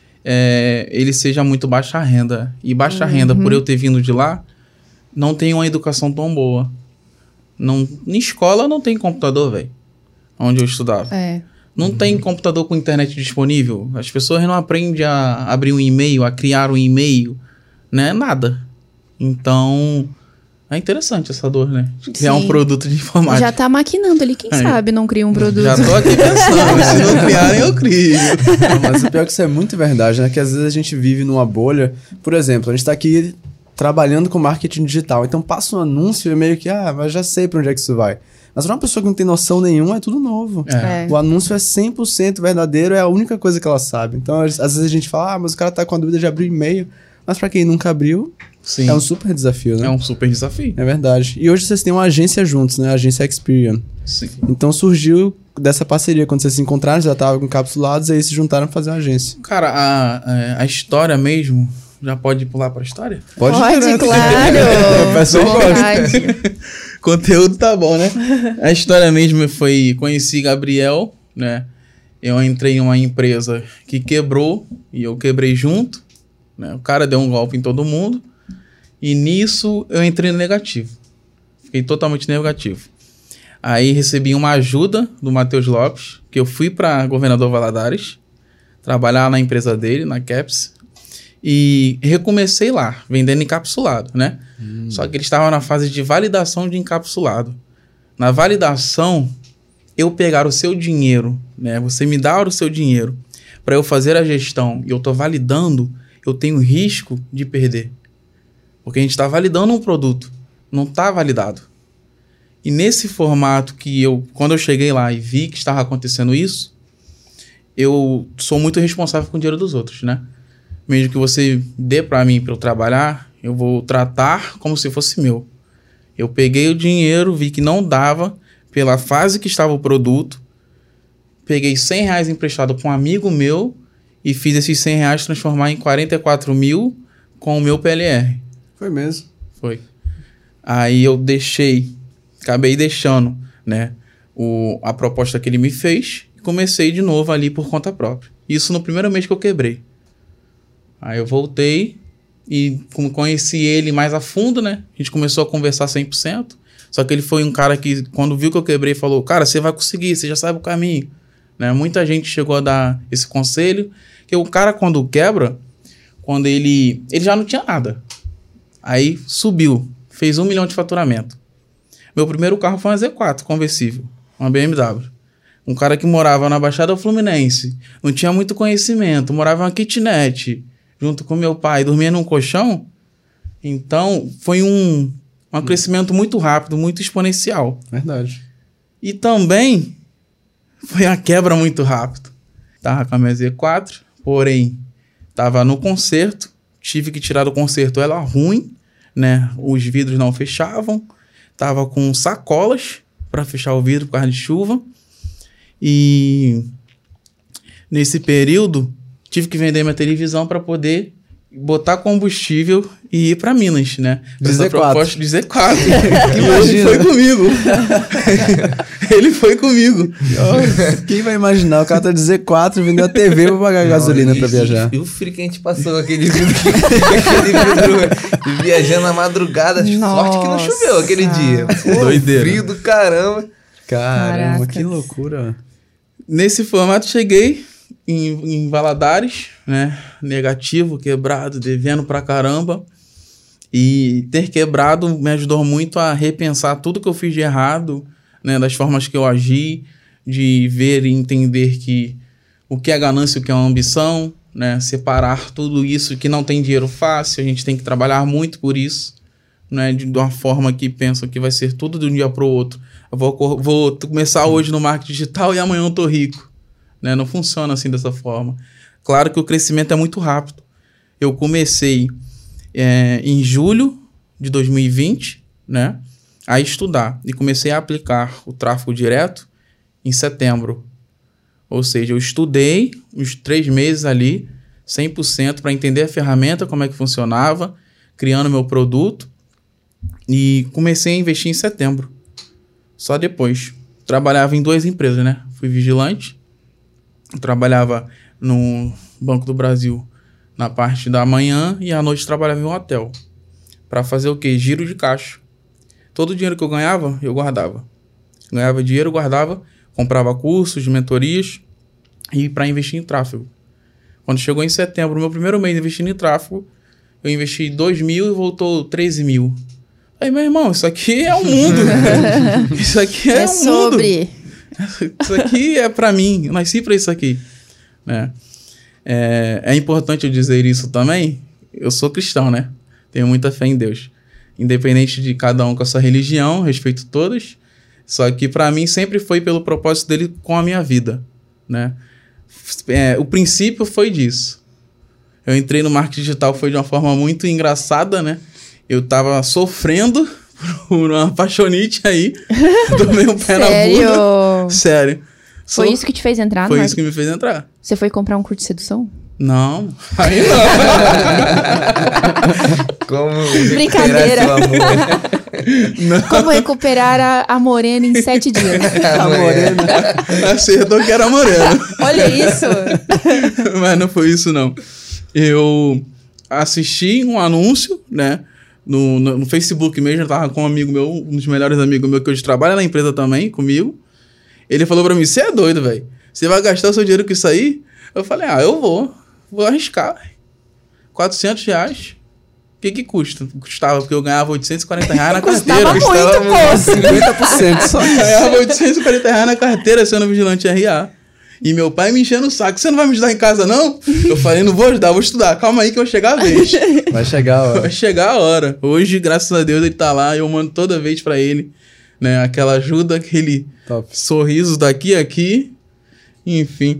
S3: Ele seja muito baixa renda. E baixa renda, por eu ter vindo de lá, não tem uma educação tão boa. Em escola não tem computador, velho. Onde eu estudava. Não tem computador com internet disponível. As pessoas não aprendem a abrir um e-mail, a criar um e-mail, né? Nada. Então, é interessante essa dor, né? De criar um produto de informática.
S1: Já tá maquinando ali, quem sabe não cria um produto.
S3: Já tô aqui pensando, se não criarem, eu crio.
S2: Não, mas o pior é que isso é muito verdade, né? Que às vezes a gente vive numa bolha. Por exemplo, a gente tá aqui trabalhando com marketing digital. Então passa um anúncio e meio que, mas já sei pra onde é que isso vai. Mas pra uma pessoa que não tem noção nenhuma, é tudo novo. O anúncio é 100% verdadeiro, é a única coisa que ela sabe. Então, às vezes a gente fala, mas o cara tá com a dúvida de abrir e-mail. Mas pra quem nunca abriu,
S3: Sim.
S2: é um super desafio, né?
S3: É um super desafio.
S2: É verdade. E hoje vocês têm uma agência juntos, né? A agência Experian.
S3: Sim.
S2: Então surgiu dessa parceria. Quando vocês se encontraram, já estavam com encapsulados, aí se juntaram pra fazer uma agência.
S3: Cara, a história mesmo... Já pode pular pra história?
S1: Pode,
S2: direto.
S1: claro.
S2: O pessoal gosta.
S3: Conteúdo tá bom, né? A história mesmo foi... Conheci Gabriel, né? Eu entrei em uma empresa que quebrou e eu quebrei junto, né? O cara deu um golpe em todo mundo e nisso eu entrei no negativo. Fiquei totalmente negativo. Aí recebi uma ajuda do Matheus Lopes, que eu fui para Governador Valadares, trabalhar na empresa dele, na Caps, e recomecei lá, vendendo encapsulado, né? Só que ele estava na fase de validação de encapsulado. Na validação, eu pegar o seu dinheiro, né? Você me dar o seu dinheiro para eu fazer a gestão e eu tô validando, eu tenho risco de perder. Porque a gente está validando um produto, não está validado. E nesse formato que quando eu cheguei lá e vi que estava acontecendo isso, eu sou muito responsável com o dinheiro dos outros, né? Mesmo que você dê para mim para eu trabalhar, eu vou tratar como se fosse meu. Eu peguei o dinheiro, vi que não dava pela fase que estava o produto, peguei R$100 emprestado com um amigo meu e fiz esses R$100 transformar em 44 mil com o meu PLR.
S2: Foi mesmo.
S3: Foi. Aí eu acabei deixando, né, a proposta que ele me fez e comecei de novo ali por conta própria. Isso no primeiro mês que eu quebrei. Aí eu voltei e conheci ele mais a fundo, né? A gente começou a conversar 100%. Só que ele foi um cara que, quando viu que eu quebrei, falou, cara, você vai conseguir, você já sabe o caminho. Né? Muita gente chegou a dar esse conselho. Que o cara, quando quebra, quando ele já não tinha nada. Aí subiu, fez 1 milhão de faturamento. Meu primeiro carro foi uma Z4 conversível, uma BMW. Um cara que morava na Baixada Fluminense, não tinha muito conhecimento, morava em uma kitnet, junto com meu pai, dormia num colchão. Então, foi um crescimento muito rápido, muito exponencial.
S2: Verdade.
S3: E também foi a quebra muito rápido. Tava com a minha Z4, porém, tava no conserto, tive que tirar do conserto ela ruim, né? Os vidros não fechavam, tava com sacolas para fechar o vidro por causa de chuva. E nesse período, tive que vender minha televisão para poder botar combustível e ir para Minas, né?
S2: De
S3: Essa
S2: Z4.
S3: proposta de Z4. Ele foi comigo. Ele foi comigo.
S2: Quem vai imaginar? O cara tá de Z4, vendeu a TV pra pagar gasolina pra viajar.
S4: E o frio que a gente passou aquele vidro, viajando na madrugada. Sorte que não choveu aquele dia. Pô,
S3: Doideira.
S4: Frio do caramba.
S2: Caramba,
S1: Caracas.
S2: que loucura.
S3: Nesse formato, cheguei em Valadares, né? Negativo, quebrado, devendo pra caramba. E ter quebrado me ajudou muito a repensar tudo que eu fiz de errado, né? Das formas que eu agi, de ver e entender que o que é ganância e o que é uma ambição, né? Separar tudo isso, que não tem dinheiro fácil, a gente tem que trabalhar muito por isso, né? De uma forma que pensa que vai ser tudo de um dia pro outro. Eu vou começar hoje no marketing digital e amanhã eu tô rico. Né? Não funciona assim dessa forma. Claro que o crescimento é muito rápido. Eu comecei em julho de 2020, né, a estudar e comecei a aplicar o tráfego direto em setembro. Ou seja, eu estudei uns 3 meses ali, 100%, para entender a ferramenta, como é que funcionava, criando meu produto, e comecei a investir em setembro. Só depois. Trabalhava em 2 empresas, né? Fui vigilante. Trabalhava no Banco do Brasil na parte da manhã e à noite trabalhava em um hotel. Para fazer o quê? Giro de caixa. Todo o dinheiro que eu ganhava, eu guardava. Ganhava dinheiro, guardava, comprava cursos de mentorias e para investir em tráfego. Quando chegou em setembro, meu primeiro mês investindo em tráfego, eu investi 2 mil e voltou 13 mil. Aí, meu irmão, isso aqui é um mundo. Isso aqui é um
S1: sobre.
S3: mundo. Isso aqui é pra mim, eu nasci pra isso aqui, né? É importante eu dizer isso também. Eu sou cristão, né? Tenho muita fé em Deus. Independente de cada um com a sua religião, respeito todas. Só que pra mim sempre foi pelo propósito dele com a minha vida, né? O princípio foi disso. Eu entrei no marketing digital, foi de uma forma muito engraçada, né? Eu tava sofrendo por uma apaixonite aí. Tomei um pé na bunda. Sério.
S1: Foi isso que te fez entrar?
S3: Foi isso que me fez entrar.
S1: Você foi comprar um curso de sedução?
S3: Não. Aí não.
S4: Como
S1: Brincadeira.
S4: recuperar seu amor.
S3: Não.
S1: Como recuperar a morena em 7 dias?
S2: A morena.
S3: Acertou que era moreno.
S1: Olha isso.
S3: Mas não foi isso, não. Eu assisti um anúncio, né? No Facebook mesmo, eu tava com um amigo meu, um dos melhores amigos meus que hoje trabalha na empresa também, comigo. Ele falou pra mim, você é doido, velho. Você vai gastar o seu dinheiro com isso aí? Eu falei, eu vou arriscar. R$400. O que custa? Custava, porque eu ganhava R$840 na carteira.
S1: Custava muito, pô.
S2: 50% só.
S3: Eu ganhava R$840 na carteira sendo vigilante RA. E meu pai me enchendo o saco. Você não vai me ajudar em casa, não? Eu falei, não vou ajudar, vou estudar. Calma aí que vai chegar a vez.
S2: Vai chegar a hora.
S3: Vai chegar a hora. Hoje, graças a Deus, ele tá lá. Eu mando toda vez pra ele, né? Aquela ajuda, aquele
S2: Top.
S3: sorriso daqui a aqui. Enfim.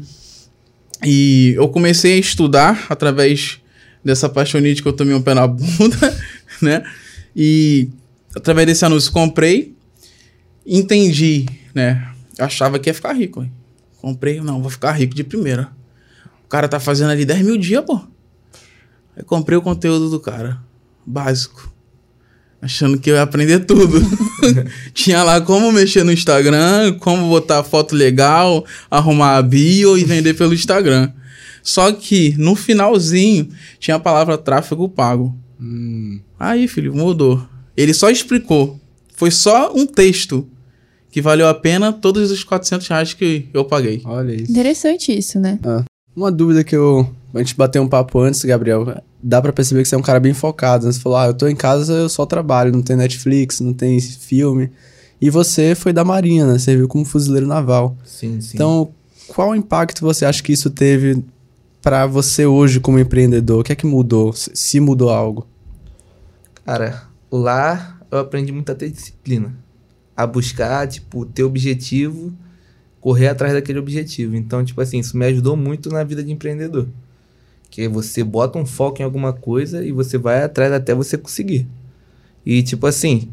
S3: E eu comecei a estudar através dessa apaixonite que eu tomei um pé na bunda, né? E através desse anúncio comprei. Entendi, né? Achava que ia ficar rico, hein? Comprei, não, vou ficar rico de primeira. O cara tá fazendo ali 10 mil dias, pô. Aí comprei o conteúdo do cara, básico. Achando que eu ia aprender tudo. Tinha lá como mexer no Instagram, como botar foto legal, arrumar a bio e vender pelo Instagram. Só que no finalzinho tinha a palavra tráfego pago. Aí, filho, mudou. Ele só explicou. Foi só um texto que valeu a pena todos os R$400 que eu paguei.
S2: Olha isso.
S1: Interessante isso, né?
S2: Uma dúvida que a gente bateu um papo antes, Gabriel, dá pra perceber que você é um cara bem focado, né? Você falou, eu tô em casa, eu só trabalho, não tem Netflix, não tem filme. E você foi da Marinha, né? Serviu como fuzileiro naval.
S4: Sim.
S2: Então, qual impacto você acha que isso teve pra você hoje como empreendedor? O que é que mudou? Se mudou algo?
S4: Cara, lá eu aprendi muito a ter disciplina. A buscar, ter objetivo correr atrás daquele objetivo. Então, tipo assim, isso me ajudou muito na vida de empreendedor. Que você bota um foco em alguma coisa e você vai atrás até você conseguir. E, tipo assim,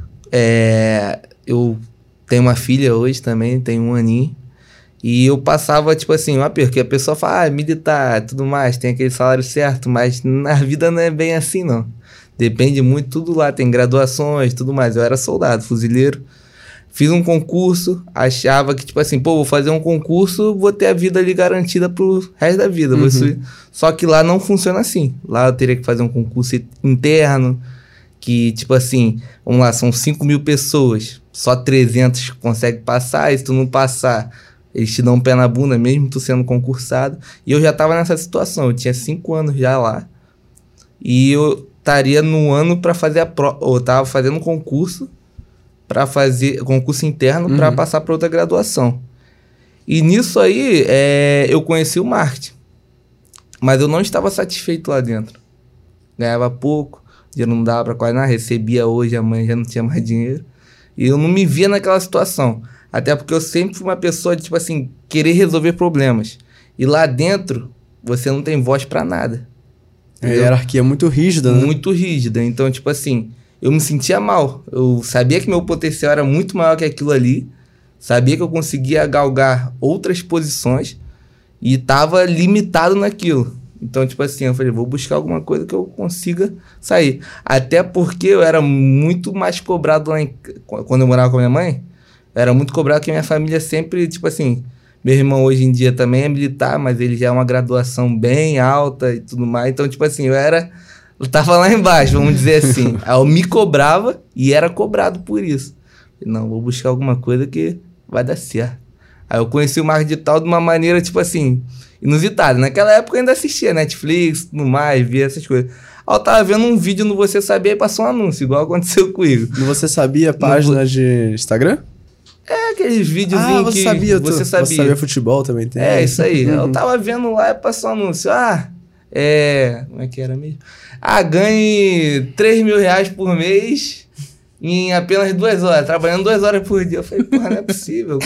S4: eu tenho uma filha hoje também, tenho 1 aninho. E eu passava, tipo assim, porque a pessoa fala, militar, tudo mais, tem aquele salário certo, mas na vida não é bem assim, não. Depende muito, tudo lá, tem graduações, tudo mais. Eu era soldado, fuzileiro. Fiz um concurso, achava que, tipo assim, vou fazer um concurso, vou ter a vida ali garantida pro resto da vida. Só que lá não funciona assim. Lá eu teria que fazer um concurso interno, que, tipo assim, vamos lá, são 5.000 pessoas, só 300 conseguem passar, e se tu não passar, eles te dão um pé na bunda, mesmo tu sendo concursado. E eu já tava nessa situação, eu tinha 5 anos já lá, e eu estaria no ano para fazer a prova, eu tava fazendo concurso, para fazer concurso interno para passar para outra graduação. E nisso aí, eu conheci o marketing. Mas eu não estava satisfeito lá dentro. Ganhava pouco, dinheiro não dava para quase nada, recebia hoje, amanhã já não tinha mais dinheiro. E eu não me via naquela situação. Até porque eu sempre fui uma pessoa de, tipo assim, querer resolver problemas. E lá dentro, você não tem voz para nada.
S2: A hierarquia é muito rígida, né?
S4: Muito rígida. Então, tipo assim, eu me sentia mal. Eu sabia que meu potencial era muito maior que aquilo ali. Sabia que eu conseguia galgar outras posições. E estava limitado naquilo. Então, tipo assim, eu falei, vou buscar alguma coisa que eu consiga sair. Até porque eu era muito mais cobrado lá quando eu morava com a minha mãe. Eu era muito cobrado que a minha família sempre, tipo assim... Meu irmão hoje em dia também é militar, mas ele já é uma graduação bem alta e tudo mais. Então, tipo assim, eu tava lá embaixo, vamos dizer assim. Aí eu me cobrava e era cobrado por isso. Não, vou buscar alguma coisa que vai dar certo. Aí eu conheci o marketing digital de uma maneira, tipo assim, inusitada. Naquela época eu ainda assistia Netflix, tudo mais, via essas coisas. Aí eu tava vendo um vídeo no Você Sabia e passou um anúncio, igual aconteceu comigo.
S2: No Você Sabia, página de Instagram?
S4: Aqueles videozinhos
S2: você
S4: que
S2: sabia,
S4: você sabia.
S2: Você sabia futebol também tem.
S4: Isso aí. Eu tava vendo lá e passou um anúncio. Como é que era mesmo? Ganhe R$3.000 por mês em apenas 2 horas, trabalhando 2 horas por dia. Eu falei, porra, não é possível.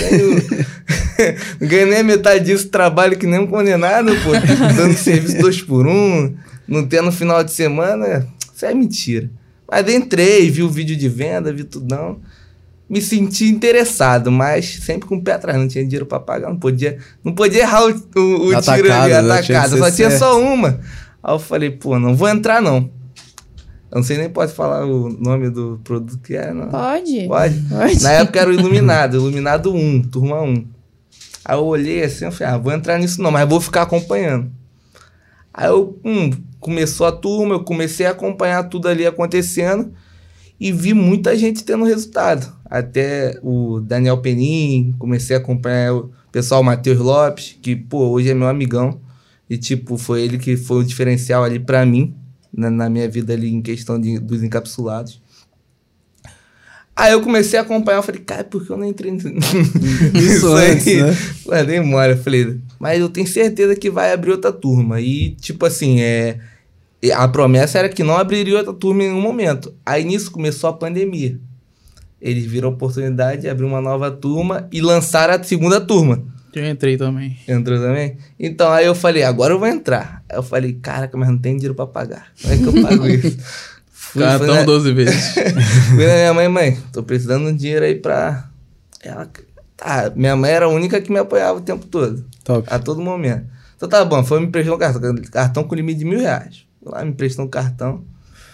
S4: Não ganho nem a metade disso, trabalho que nem um condenado, pô. Dando serviço 2 por 1, não tendo final de semana. Isso é mentira. Mas entrei, vi o vídeo de venda, vi tudão. Me senti interessado, mas sempre com o pé atrás. Não tinha dinheiro pra pagar, não podia errar o tiro ali, atacado. Só tinha só uma. Aí eu falei, pô, não vou entrar, não. Eu não sei nem pode falar o nome do produto que é, não.
S1: Pode.
S4: Na época era o Iluminado 1, turma 1. Aí eu olhei assim, eu falei, vou entrar nisso não, mas vou ficar acompanhando. Aí começou a turma, eu comecei a acompanhar tudo ali acontecendo e vi muita gente tendo resultado. Até o Daniel Penin, comecei a acompanhar o pessoal, o Matheus Lopes, que, pô, hoje é meu amigão. E, tipo, foi ele que foi o diferencial ali pra mim, na minha vida ali, em questão dos encapsulados. Aí eu comecei a acompanhar, eu falei, cara, por que eu não entrei nisso
S2: antes,
S4: aí?
S2: Né?
S4: Ué, nem mole. Eu falei, mas eu tenho certeza que vai abrir outra turma. E, tipo assim, a promessa era que não abriria outra turma em nenhum momento. Aí nisso começou a pandemia. Eles viram a oportunidade de abrir uma nova turma e lançaram a 2ª turma.
S3: Eu entrei também.
S4: Entrou também? Então, aí eu falei, agora eu vou entrar. Aí eu falei, caraca, mas não tem dinheiro pra pagar. Como é que eu pago isso?
S3: Cartão 12 vezes.
S4: Fui na minha mãe, tô precisando de dinheiro aí pra... minha mãe era a única que me apoiava o tempo todo.
S2: Top.
S4: A todo momento. Então tá bom, foi me emprestar um cartão com limite de R$1.000. Lá me emprestou um cartão.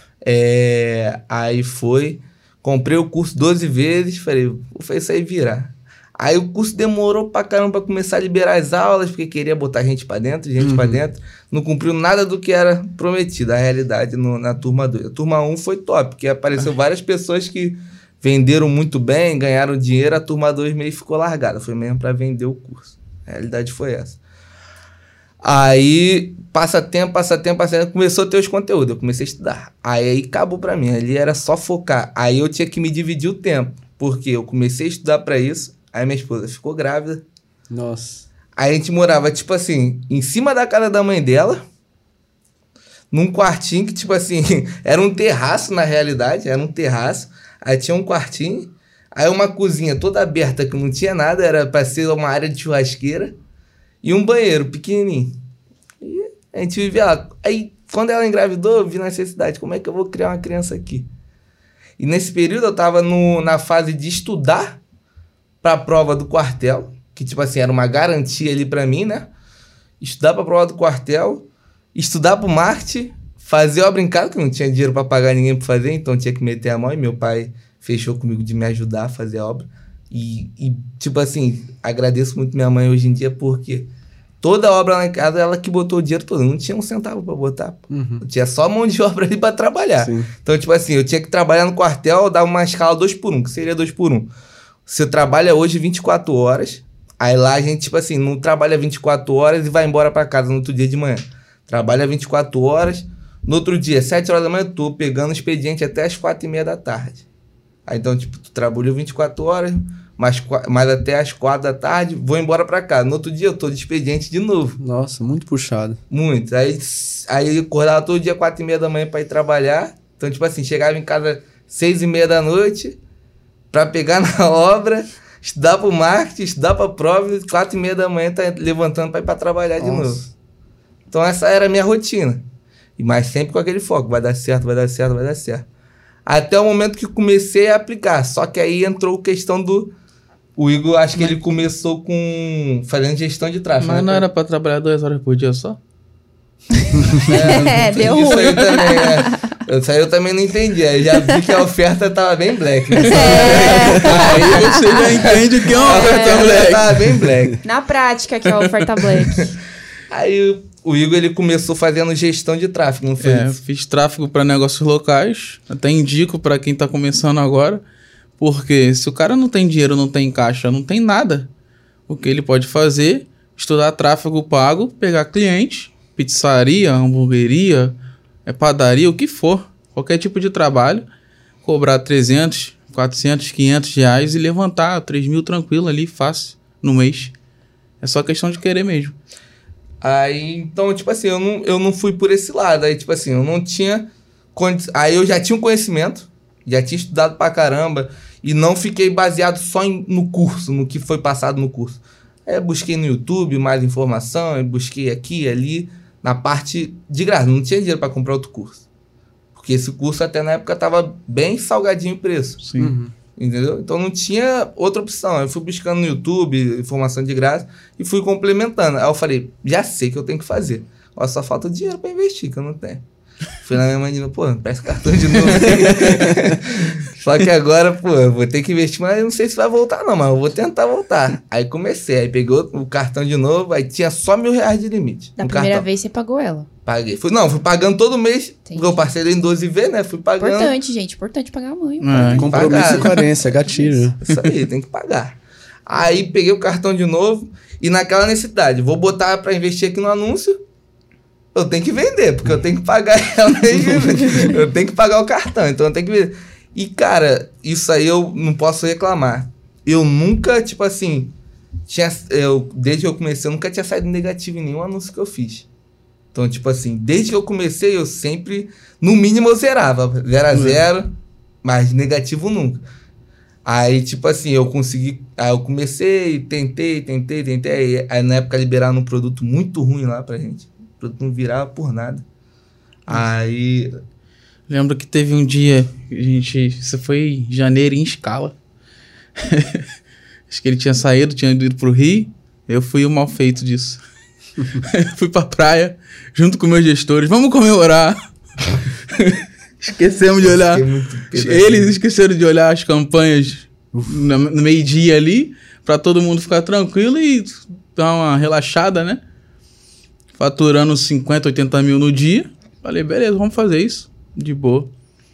S4: Aí comprei o curso 12 vezes, falei, vou fazer isso aí virar. Aí o curso demorou pra caramba pra começar a liberar as aulas, porque queria botar gente pra dentro, pra dentro. Não cumpriu nada do que era prometido, a realidade na turma 2. A turma 1 foi top, porque apareceu várias pessoas que venderam muito bem, ganharam dinheiro, a turma 2 meio ficou largada. Foi mesmo pra vender o curso. A realidade foi essa. Aí, passa tempo, começou a ter os conteúdos, eu comecei a estudar. Aí acabou pra mim, ali era só focar. Aí eu tinha que me dividir o tempo, porque eu comecei a estudar pra isso, aí minha esposa ficou grávida.
S2: Nossa.
S4: Aí a gente morava, tipo assim, em cima da casa da mãe dela, num quartinho que, tipo assim, era um terraço na realidade, era um terraço. Aí tinha um quartinho, Aí uma cozinha toda aberta que não tinha nada, era pra ser uma área de churrasqueira. E um banheiro pequenininho. E a gente vivia lá. Aí, quando ela engravidou, eu vi a necessidade. Como é que eu vou criar uma criança aqui? E nesse período eu tava na fase de estudar pra prova do quartel. Que, tipo assim, era uma garantia ali pra mim, né? Estudar pra prova do quartel. Estudar pro marketing. Fazer obra em casa, que não tinha dinheiro pra pagar ninguém pra fazer. Então tinha que meter a mão. E meu pai fechou comigo de me ajudar a fazer a obra. E, tipo assim, agradeço muito minha mãe hoje em dia, porque toda obra lá em casa, ela que botou o dinheiro todo. Não tinha um centavo pra botar.
S2: Uhum.
S4: Tinha só mão de obra ali pra trabalhar.
S2: Sim.
S4: Então, tipo assim, eu tinha que trabalhar no quartel, eu dava uma escala 2x1, que seria 2x1. Você trabalha hoje 24 horas, aí lá a gente, tipo assim, não trabalha 24 horas e vai embora pra casa no outro dia de manhã. Trabalha 24 horas, no outro dia, 7 horas da manhã, eu tô pegando o expediente até as 4h30 da tarde. Aí, então, tipo, tu trabalhou 24 horas, mas até as 4 da tarde, vou embora pra casa. No outro dia, eu tô de expediente de novo.
S2: Nossa, muito puxado.
S4: Muito. Aí eu acordava todo dia 4h30 da manhã pra ir trabalhar. Então, tipo assim, chegava em casa 6h30 da noite pra pegar na obra, estudar pro marketing, estudar pra prova, e 4h30 da manhã tá levantando pra ir pra trabalhar de novo. Então, essa era a minha rotina. Mas sempre com aquele foco, vai dar certo, vai dar certo, vai dar certo. Até o momento que comecei a aplicar. Só que aí entrou a questão do... O Igor, acho que ele começou fazendo gestão de tráfego.
S3: Mas não era pra trabalhar 2 horas por dia só?
S1: Deu
S4: isso
S1: ruim.
S4: aí também, Isso aí eu também não entendi. Aí já vi que a oferta tava bem black. Né?
S3: Aí você já entende que é uma oferta black.
S4: Tava bem black.
S1: Na prática, que é a oferta black.
S4: Aí o Igor, ele começou fazendo gestão de tráfego, não foi isso?
S3: Fiz tráfego para negócios locais. Até indico para quem tá começando agora. Porque se o cara não tem dinheiro, não tem caixa, não tem nada. O que ele pode fazer? Estudar tráfego pago, pegar cliente, pizzaria, hamburgueria, padaria, o que for. Qualquer tipo de trabalho. Cobrar 300, 400, 500 reais e levantar 3 mil tranquilo ali, fácil, no mês. É só questão de querer mesmo.
S4: Aí, então, tipo assim, eu não fui por esse lado. Aí, tipo assim, eu não tinha... Aí eu já tinha um conhecimento, já tinha estudado pra caramba, e não fiquei baseado só no curso, no que foi passado no curso. Aí eu busquei no YouTube mais informação, eu busquei aqui e ali, na parte de graça. Não tinha dinheiro pra comprar outro curso. Porque esse curso até na época tava bem salgadinho o preço.
S3: Sim.
S2: Uhum.
S4: Entendeu? Então não tinha outra opção. Eu fui buscando no YouTube informação de graça e fui complementando. Aí eu falei, já sei o que eu tenho que fazer. Ó, só falta dinheiro pra investir, que eu não tenho. Fui na minha mãe e pô, presta cartão de novo. Só que agora, pô, eu vou ter que investir, mas eu não sei se vai voltar não, mas eu vou tentar voltar. Aí comecei, aí peguei o cartão de novo, aí tinha só R$1.000 de limite.
S1: Da primeira vez você pagou ela.
S4: Paguei. Fui pagando todo mês, porque eu parcelei em 12 vezes, né? Fui pagando.
S1: Importante, gente, importante pagar a mãe.
S2: Compromisso e coerência, gatilho.
S4: Isso aí, tem que pagar. Aí peguei o cartão de novo e naquela necessidade, vou botar pra investir aqui no anúncio, eu tenho que vender, porque eu tenho que pagar ela, eu tenho que pagar o cartão, então eu tenho que vender. E, cara, isso aí eu não posso reclamar. Eu nunca, tipo assim, desde que eu comecei, eu nunca tinha saído negativo em nenhum anúncio que eu fiz. Então, tipo assim, desde que eu comecei, eu sempre, no mínimo, eu zerava. 0 a 0, mas negativo nunca. Aí, tipo assim, eu consegui... Aí eu comecei, tentei. Aí na época liberaram um produto muito ruim lá pra gente. O produto não virava por nada. Aí...
S3: Lembro que teve um dia, isso foi em janeiro em Escala. Acho que ele tinha ido pro Rio. Eu fui o mal feito disso. Fui pra praia, junto com meus gestores. Vamos comemorar. Esquecemos de olhar. Eles esqueceram de olhar as campanhas no meio-dia ali, pra todo mundo ficar tranquilo e dar uma relaxada, né? Faturando 50, 80 mil no dia. Falei, beleza, vamos fazer isso. De boa.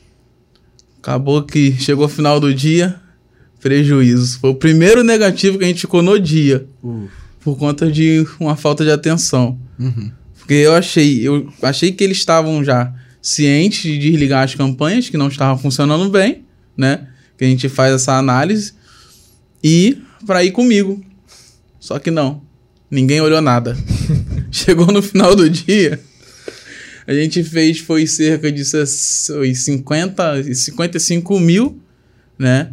S3: Acabou que chegou o final do dia, prejuízo. Foi o primeiro negativo que a gente ficou no dia. Por conta de uma falta de atenção.
S2: Uhum.
S3: Porque eu achei que eles estavam já cientes de desligar as campanhas que não estavam funcionando bem, né? Que a gente faz essa análise. E para ir comigo. Só que não. Ninguém olhou nada. Chegou no final do dia... A gente foi cerca de 55 mil, né?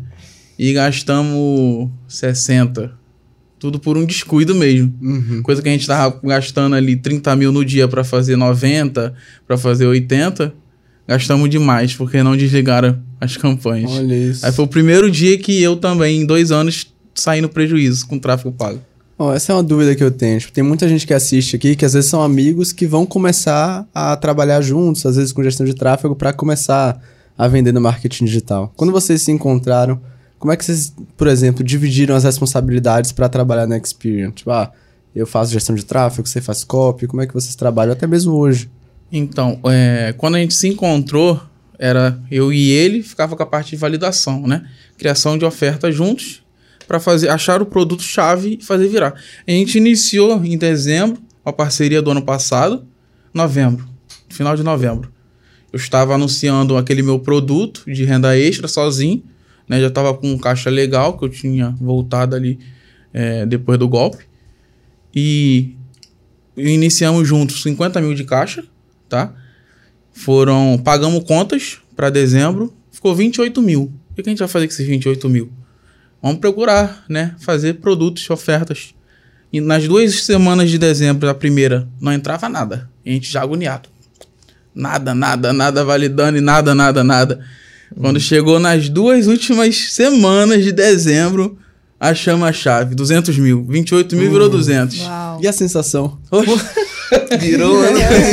S3: e gastamos 60. Tudo por um descuido mesmo. Coisa que a gente tava gastando ali 30 mil no dia para fazer 90, para fazer 80, gastamos demais, porque não desligaram as campanhas.
S2: Olha isso.
S3: Aí foi o primeiro dia que eu também, em 2 anos, saí no prejuízo com tráfego pago.
S2: Ó, essa é uma dúvida que eu tenho. Tipo, tem muita gente que assiste aqui que às vezes são amigos que vão começar a trabalhar juntos, às vezes com gestão de tráfego, para começar a vender no marketing digital. Quando vocês se encontraram, como é que vocês, por exemplo, dividiram as responsabilidades para trabalhar na Experian? Tipo, eu faço gestão de tráfego, você faz copy, como é que vocês trabalham até mesmo hoje?
S3: Então, quando a gente se encontrou, era eu e ele, ficava com a parte de validação, né? Criação de ofertas juntos para achar o produto-chave e fazer virar. A gente iniciou em dezembro, a parceria do ano passado, final de novembro. Eu estava anunciando aquele meu produto de renda extra sozinho, né? Já estava com um caixa legal, que eu tinha voltado ali depois do golpe. E iniciamos juntos 50 mil de caixa, tá? Pagamos contas para dezembro, ficou 28 mil. O que a gente vai fazer com esses 28 mil? Vamos procurar, né? Fazer produtos, ofertas. E nas 2 semanas de dezembro, a primeira, não entrava nada. A gente já agoniado. Nada validando e nada. Quando chegou nas 2 últimas semanas de dezembro, achamos a chave. 200 mil. 28 mil virou 200.
S1: Uau.
S2: E a sensação?
S4: Virou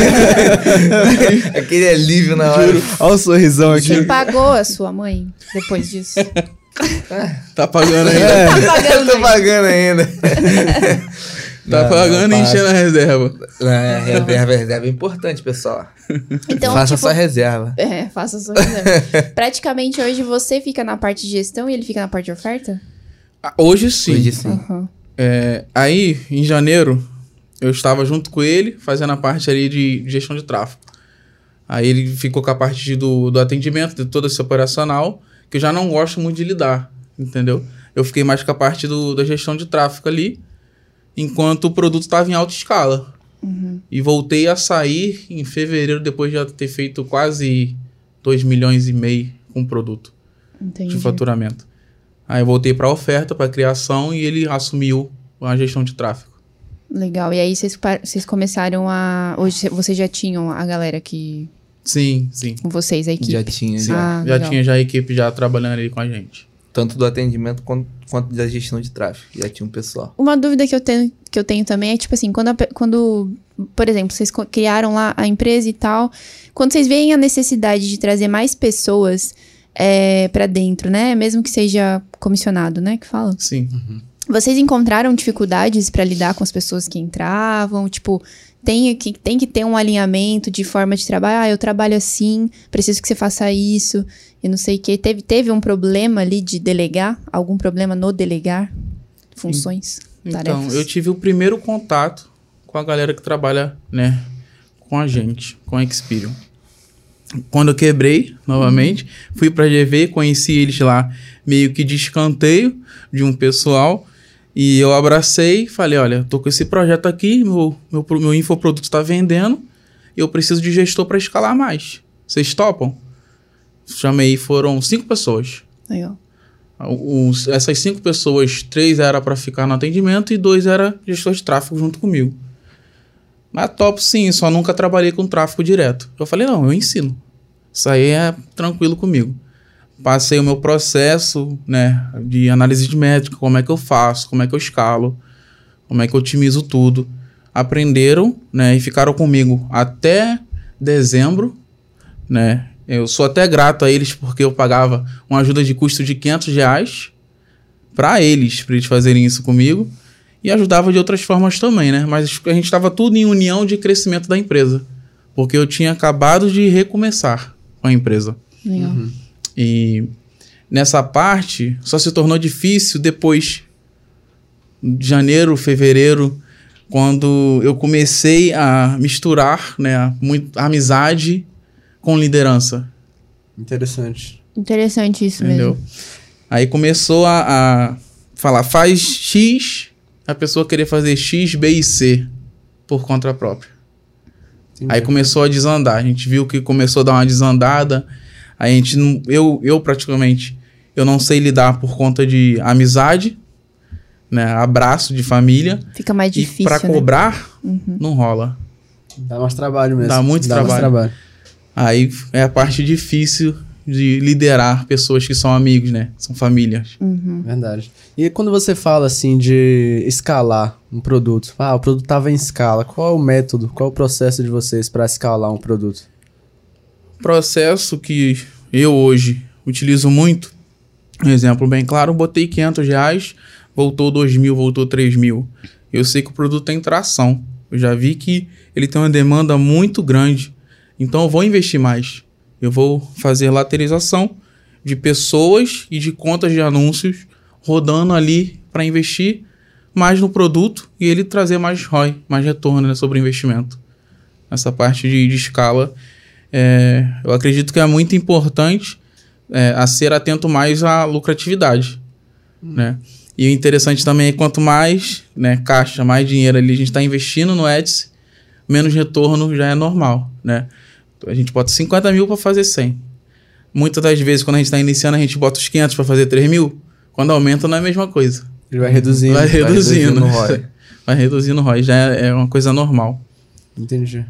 S4: aquele alívio na hora.
S2: Olha o sorrisão aqui.
S1: Você pagou a sua mãe depois disso?
S3: Tá pagando ainda.
S4: Eu tô pagando ainda.
S3: Tá pagando e enchendo a reserva.
S4: Reserva é importante, pessoal.
S1: Então,
S4: faça sua reserva.
S1: Faça sua reserva. Praticamente hoje você fica na parte de gestão e ele fica na parte de oferta?
S3: Hoje sim.
S1: Uhum.
S3: Aí, em janeiro, eu estava junto com ele, fazendo a parte ali de gestão de tráfego. Aí ele ficou com a parte do atendimento, de todo esse operacional, que eu já não gosto muito de lidar, entendeu? Eu fiquei mais com a parte da gestão de tráfego ali, enquanto o produto estava em alta escala.
S1: Uhum.
S3: E voltei a sair em fevereiro, depois de já ter feito quase 2,5 milhões com o produto.
S1: Entendi.
S3: De faturamento. Aí eu voltei para a oferta, para a criação, e ele assumiu a gestão de tráfego.
S1: Legal. E aí vocês começaram a... Hoje vocês já tinham a galera que...
S3: Sim.
S1: Com vocês, a equipe?
S4: Já tinha.
S1: Ah,
S3: Já
S1: legal.
S3: tinha já a equipe já trabalhando ali com a gente.
S4: Tanto do atendimento quanto da gestão de tráfego. Já tinha um pessoal.
S1: Uma dúvida que eu tenho também é, tipo assim, quando, por exemplo, vocês criaram lá a empresa e tal, quando vocês veem a necessidade de trazer mais pessoas pra dentro, né? Mesmo que seja comissionado, né? Que fala?
S3: Sim.
S1: Vocês encontraram dificuldades pra lidar com as pessoas que entravam? Tipo, tem que ter um alinhamento de forma de trabalho. Eu trabalho assim, preciso que você faça isso. E não sei o que. Teve um problema ali de delegar? Algum problema no delegar funções, tarefas?
S3: Então, eu tive o primeiro contato com a galera que trabalha, né, com a gente, com a Experian. Quando eu quebrei, novamente, fui pra GV, conheci eles lá meio que de escanteio de um pessoal. E eu abracei e falei, olha, tô com esse projeto aqui, meu infoproduto tá vendendo, eu preciso de gestor para escalar mais. Vocês topam? Chamei, foram 5 pessoas.
S1: Legal.
S3: Essas 5 pessoas, 3 era para ficar no atendimento e 2 era gestor de tráfego junto comigo. Mas topo sim, só nunca trabalhei com tráfego direto. Eu falei, não, eu ensino. Isso aí é tranquilo comigo. Passei o meu processo, né, de análise de métrica, como é que eu faço, como é que eu escalo, como é que eu otimizo tudo. Aprenderam, né, e ficaram comigo até dezembro, né. Eu sou até grato a eles porque eu pagava uma ajuda de custo de R$500 para eles fazerem isso comigo. E ajudava de outras formas também, né? Mas a gente estava tudo em união de crescimento da empresa. Porque eu tinha acabado de recomeçar com a empresa.
S1: Legal.
S3: E nessa parte só se tornou difícil depois de janeiro, fevereiro, quando eu comecei a misturar, né, a amizade com liderança.
S2: Interessante.
S1: Interessante isso
S3: Entendeu?
S1: mesmo.
S3: Aí começou a falar, faz X, a pessoa querer fazer X, B e C por conta própria.
S2: Entendi.
S3: Aí começou a desandar. A gente viu que começou a dar uma desandada. A gente, eu praticamente, eu não sei lidar por conta de amizade, né? Abraço de família.
S1: Fica mais difícil,
S3: E pra
S1: né?
S3: cobrar, não rola.
S2: Dá mais trabalho mesmo.
S3: Dá muito
S2: mais trabalho.
S3: Aí é a parte difícil de liderar pessoas que são amigos, né? São famílias.
S2: Verdade. E quando você fala assim de escalar um produto, o produto estava em escala, qual é o método, qual é o processo de vocês para escalar um produto?
S3: Processo que eu hoje utilizo muito, um exemplo bem claro, botei R$500, voltou 2.000, voltou 3.000. Eu sei que o produto tem tração. Eu já vi que ele tem uma demanda muito grande. Então eu vou investir mais. Eu vou fazer lateralização de pessoas e de contas de anúncios rodando ali para investir mais no produto e ele trazer mais ROI, mais retorno, né, sobre o investimento. Essa parte de escala, eu acredito que é muito importante a ser atento mais à lucratividade, né? E o interessante também é quanto mais, né, caixa, mais dinheiro ali a gente está investindo no Ads, menos retorno já é normal, né? A gente bota 50 mil para fazer 100. Muitas das vezes, quando a gente está iniciando, a gente bota os 500 para fazer 3 mil. Quando aumenta, não é a mesma coisa.
S2: Ele vai reduzindo.
S3: Vai reduzindo.
S4: o ROI.
S3: Vai reduzindo o ROI. Já é uma coisa normal.
S2: Entendi.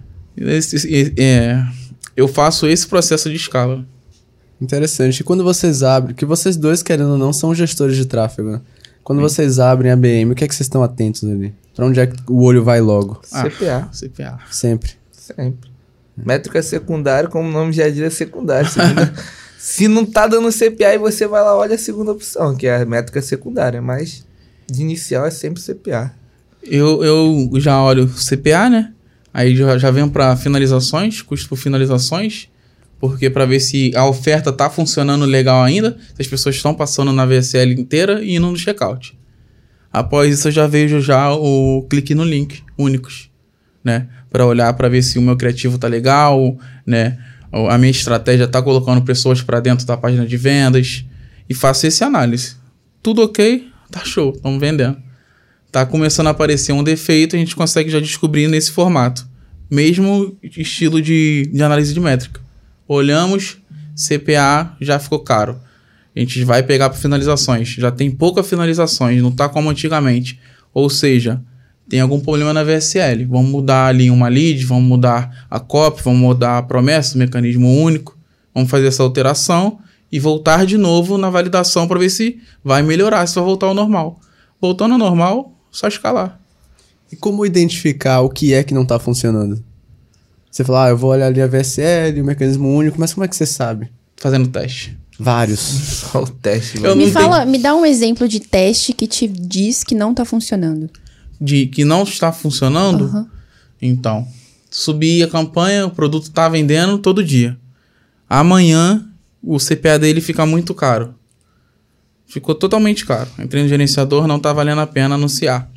S3: Eu faço esse processo de escala.
S2: Interessante. E quando vocês abrem, que vocês dois, querendo ou não, são gestores de tráfego, né? Quando vocês abrem a BM, o que é que vocês estão atentos ali? Para onde é que o olho vai logo?
S4: CPA.
S3: CPA.
S2: Sempre.
S4: Sempre. Métrica secundária, como o nome já diz, é secundária. Se não tá dando CPA, aí você vai lá, olha a segunda opção, que é a métrica secundária. Mas de inicial é sempre CPA.
S3: Eu já olho CPA, né? Aí já venho para finalizações, custo por finalizações, porque para ver se a oferta tá funcionando legal ainda, se as pessoas estão passando na VSL inteira e indo no checkout. Após isso eu já vejo o clique no link únicos, né? Para olhar para ver se o meu criativo tá legal, né? A minha estratégia tá colocando pessoas para dentro da página de vendas e faço esse análise. Tudo ok, tá show, estamos vendendo. Tá começando a aparecer um defeito, a gente consegue já descobrir nesse formato. Mesmo estilo de análise de métrica. Olhamos, CPA já ficou caro. A gente vai pegar para finalizações. Já tem poucas finalizações, não tá como antigamente. Ou seja, tem algum problema na VSL. Vamos mudar ali uma lead, vamos mudar a copy, vamos mudar a promessa, o mecanismo único. Vamos fazer essa alteração e voltar de novo na validação para ver se vai melhorar, se vai voltar ao normal. Voltando ao normal, só escalar.
S2: E como identificar o que é que não tá funcionando? Você fala, eu vou olhar ali a VSL, o mecanismo único, mas como é que você sabe?
S3: Fazendo teste.
S2: Vários.
S4: Só o teste.
S1: Me dá um exemplo de teste que te diz que não tá funcionando.
S3: De que não está funcionando?
S1: Uhum.
S3: Então, subi a campanha, o produto tá vendendo todo dia. Amanhã, o CPA dele fica muito caro. Ficou totalmente caro. Entrei no gerenciador, não tá valendo a pena anunciar.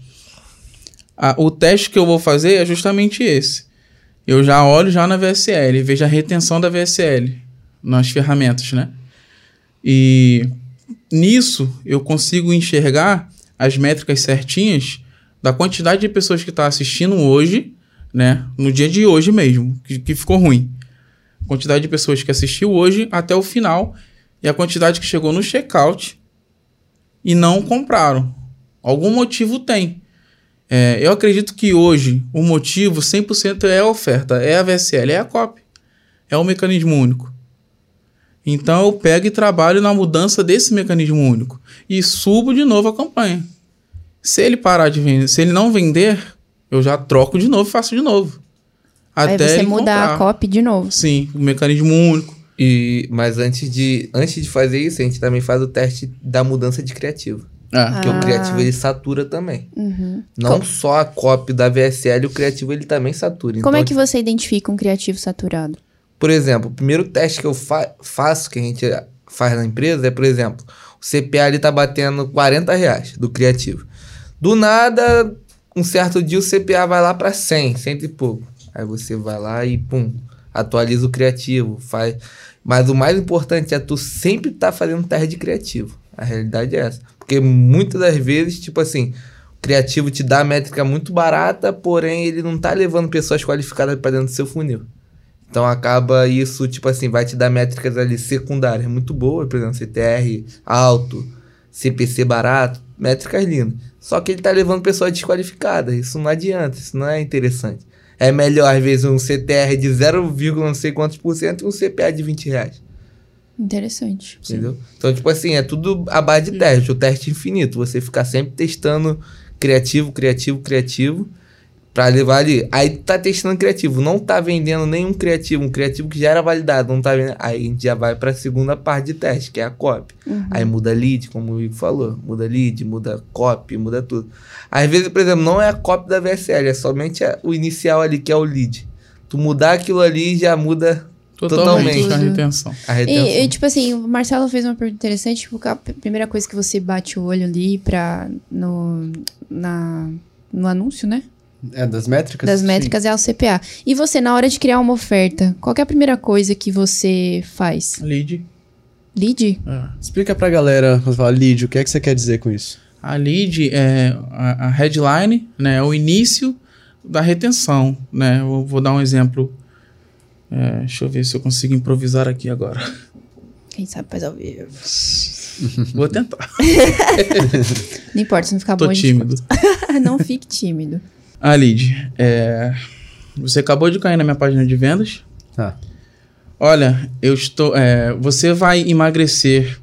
S3: O teste que eu vou fazer é justamente esse. Eu já olho já na VSL, vejo a retenção da VSL nas ferramentas, né? E nisso eu consigo enxergar as métricas certinhas da quantidade de pessoas que estão assistindo hoje, né? No dia de hoje mesmo, que ficou ruim. Quantidade de pessoas que assistiu hoje até o final e a quantidade que chegou no checkout e não compraram. Algum motivo tem. Eu acredito que hoje o motivo 100% é a oferta, é a VSL, é a copy, é o mecanismo único. Então eu pego e trabalho na mudança desse mecanismo único e subo de novo a campanha. Se ele parar de vender, se ele não vender, eu já troco de novo e faço de novo.
S1: Aí
S3: Até
S1: você
S3: ele
S1: muda
S3: comprar.
S1: a copy de novo.
S3: Sim, o mecanismo único.
S4: Mas antes de fazer isso, a gente também faz o teste da mudança de criativo. Porque o criativo ele satura também.
S1: Uhum.
S4: Não só a copy da VSL, o criativo ele também satura.
S1: Como
S4: então,
S1: é que você identifica um criativo saturado?
S4: Por exemplo, o primeiro teste que eu faço, que a gente faz na empresa, é, por exemplo, o CPA ali tá batendo R$40 do criativo. Do nada, um certo dia o CPA vai lá para 100 e pouco. Aí você vai lá e pum, atualiza o criativo, faz. Mas o mais importante é tu sempre tá fazendo teste de criativo. A realidade é essa. Porque muitas das vezes, tipo assim, o criativo te dá a métrica muito barata, porém ele não tá levando pessoas qualificadas para dentro do seu funil. Então acaba isso, tipo assim, vai te dar métricas ali secundárias muito boas, por exemplo, CTR alto, CPC barato, métricas lindas. Só que ele tá levando pessoa desqualificada, isso não adianta, isso não é interessante. É melhor, às vezes, um CTR de 0, não sei quantos por cento e um CPA de R$20.
S1: Interessante.
S4: Entendeu? Então, tipo assim, é tudo a base de teste, o teste infinito. Você ficar sempre testando criativo, pra levar ali. Aí tá testando criativo, não tá vendendo nenhum um criativo que já era validado, não tá vendendo. Aí a gente já vai pra segunda parte de teste, que é a copy. Aí muda lead, como o Igor falou. Muda lead, muda copy, muda tudo. Às vezes, por exemplo, não é a copy da VSL, é somente o inicial ali, que é o lead. Tu mudar aquilo ali já muda totalmente
S3: a retenção.
S1: E, tipo assim, o Marcelo fez uma pergunta interessante, tipo, a primeira coisa que você bate o olho ali no anúncio, né?
S2: Das métricas?
S1: Das métricas é o CPA. E você, na hora de criar uma oferta, qual que é a primeira coisa que você faz?
S3: Lead.
S1: Lead?
S2: Explica pra galera, quando fala lead, o que é que você quer dizer com isso?
S3: A lead é a headline, né? É o início da retenção, né? Eu vou dar um exemplo. Deixa eu ver se eu consigo improvisar aqui agora.
S1: Quem sabe faz ao vivo.
S3: Vou tentar.
S1: Não importa, se não ficar
S3: Tô
S1: bom.
S3: tímido.
S1: Não fique tímido.
S3: A lead. Você acabou de cair na minha página de vendas.
S2: Tá.
S3: Olha, você vai emagrecer.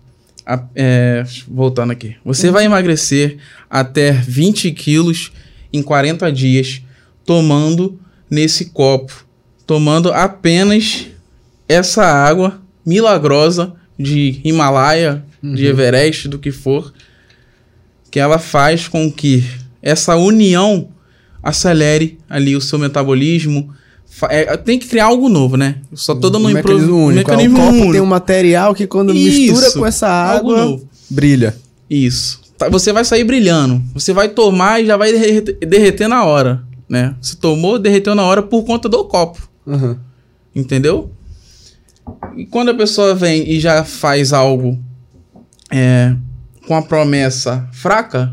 S3: Voltando aqui. Você vai emagrecer até 20 quilos em 40 dias tomando nesse copo. Tomando apenas essa água milagrosa de Himalaia, de Everest, do que for. Que ela faz com que essa união acelere ali o seu metabolismo. Tem que criar algo novo, né? Eu só tô dando um
S2: mecanismo único. O copo tem um material que quando mistura com essa água, brilha.
S3: Isso. Você vai sair brilhando. Você vai tomar e já vai derreter na hora, né? Você tomou, derreteu na hora por conta do copo. Entendeu? E quando a pessoa vem e já faz algo com a promessa fraca,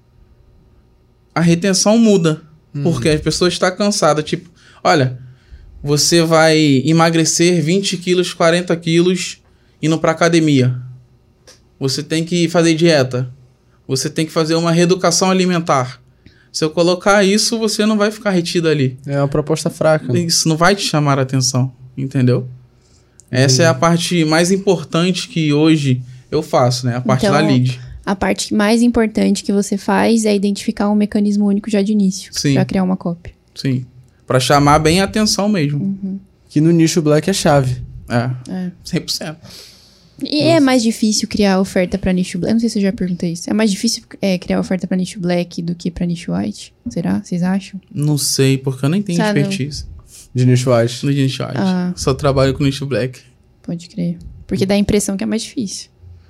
S3: a retenção muda. Porque a pessoa está cansada. Tipo, olha, você vai emagrecer 20 quilos, 40 quilos indo pra academia. Você tem que fazer dieta. Você tem que fazer uma reeducação alimentar. Se eu colocar isso, você não vai ficar retido ali.
S2: É uma proposta fraca.
S3: Isso não vai te chamar a atenção, entendeu? Essa é a parte mais importante que hoje eu faço, né? A parte da lead.
S1: A parte mais importante que você faz é identificar um mecanismo único já de início.
S3: Sim.
S1: Pra criar uma copy.
S3: Sim. Pra chamar bem a atenção mesmo.
S2: Que no nicho black é chave.
S3: 100%.
S1: E é mais difícil criar oferta pra nicho black? Eu não sei se eu já perguntei isso. É mais difícil criar oferta pra nicho black do que pra nicho white? Será? Vocês acham?
S3: Não sei, porque eu nem tenho expertise.
S2: De nicho white.
S3: No nicho white. Só trabalho com nicho black.
S1: Pode crer. Porque dá a impressão que é mais difícil.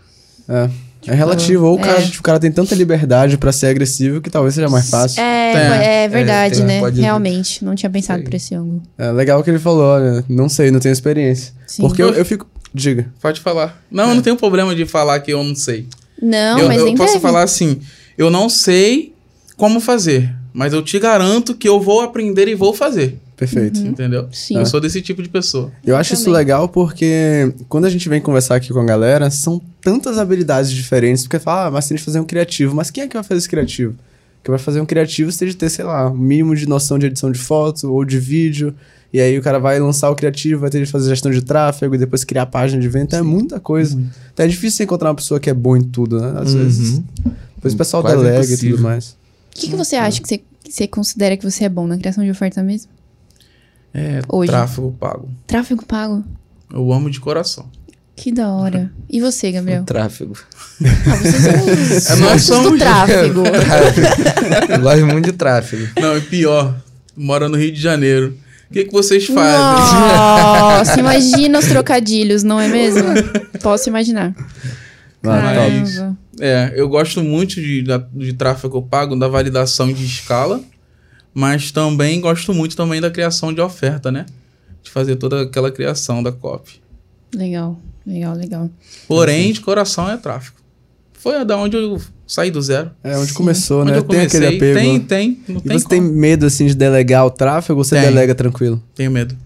S2: É relativo. Ou o cara tem tanta liberdade pra ser agressivo que talvez seja mais fácil.
S1: É verdade, né? Realmente. Não tinha pensado por esse ângulo.
S2: É legal que ele falou, olha, não sei, não tenho experiência.
S1: Sim.
S2: Porque eu fico... Diga.
S3: Pode falar. Não, eu não tenho problema de falar que eu não sei.
S1: Não, mas nem
S3: eu posso falar assim, eu não sei como fazer, mas eu te garanto que eu vou aprender e vou fazer.
S2: Perfeito.
S3: Entendeu?
S1: Sim.
S3: Eu sou desse tipo de pessoa.
S2: Eu acho isso legal porque quando a gente vem conversar aqui com a galera, são tantas habilidades diferentes. Porque fala, mas tem de fazer um criativo. Mas quem é que vai fazer esse criativo? Que vai fazer um criativo, você tem de ter, sei lá, um mínimo de noção de edição de foto ou de vídeo. E aí o cara vai lançar o criativo, vai ter de fazer gestão de tráfego e depois criar a página de venda. É muita coisa. Então é difícil você encontrar uma pessoa que é boa em tudo, né? Às vezes. Depois o pessoal delega e tudo mais.
S1: O que você acha que você considera que você é bom na criação de oferta mesmo? Hoje.
S3: Tráfego pago.
S1: Tráfego pago?
S3: Eu amo de coração.
S1: Que da hora. E você, Gabriel?
S4: O tráfego.
S1: Vocês são
S3: nós somos
S1: do tráfego.
S4: Eu gosto muito de tráfego.
S3: Não, e pior, mora no Rio de Janeiro. O que vocês fazem?
S1: Nossa, imagina os trocadilhos, não é mesmo? Posso imaginar.
S3: Mas, eu gosto muito de tráfego pago, da validação de escala, mas também gosto muito também da criação de oferta, né? De fazer toda aquela criação da copy.
S1: Legal.
S3: Porém, de coração é tráfego. Foi da onde eu saí do zero.
S2: É onde começou,
S3: onde
S2: né?
S3: eu comecei,
S2: tem aquele apego.
S3: Tem. Não
S2: e
S3: tem
S2: você tem medo, assim, de delegar o tráfego ou você delega tranquilo?
S3: Tenho medo.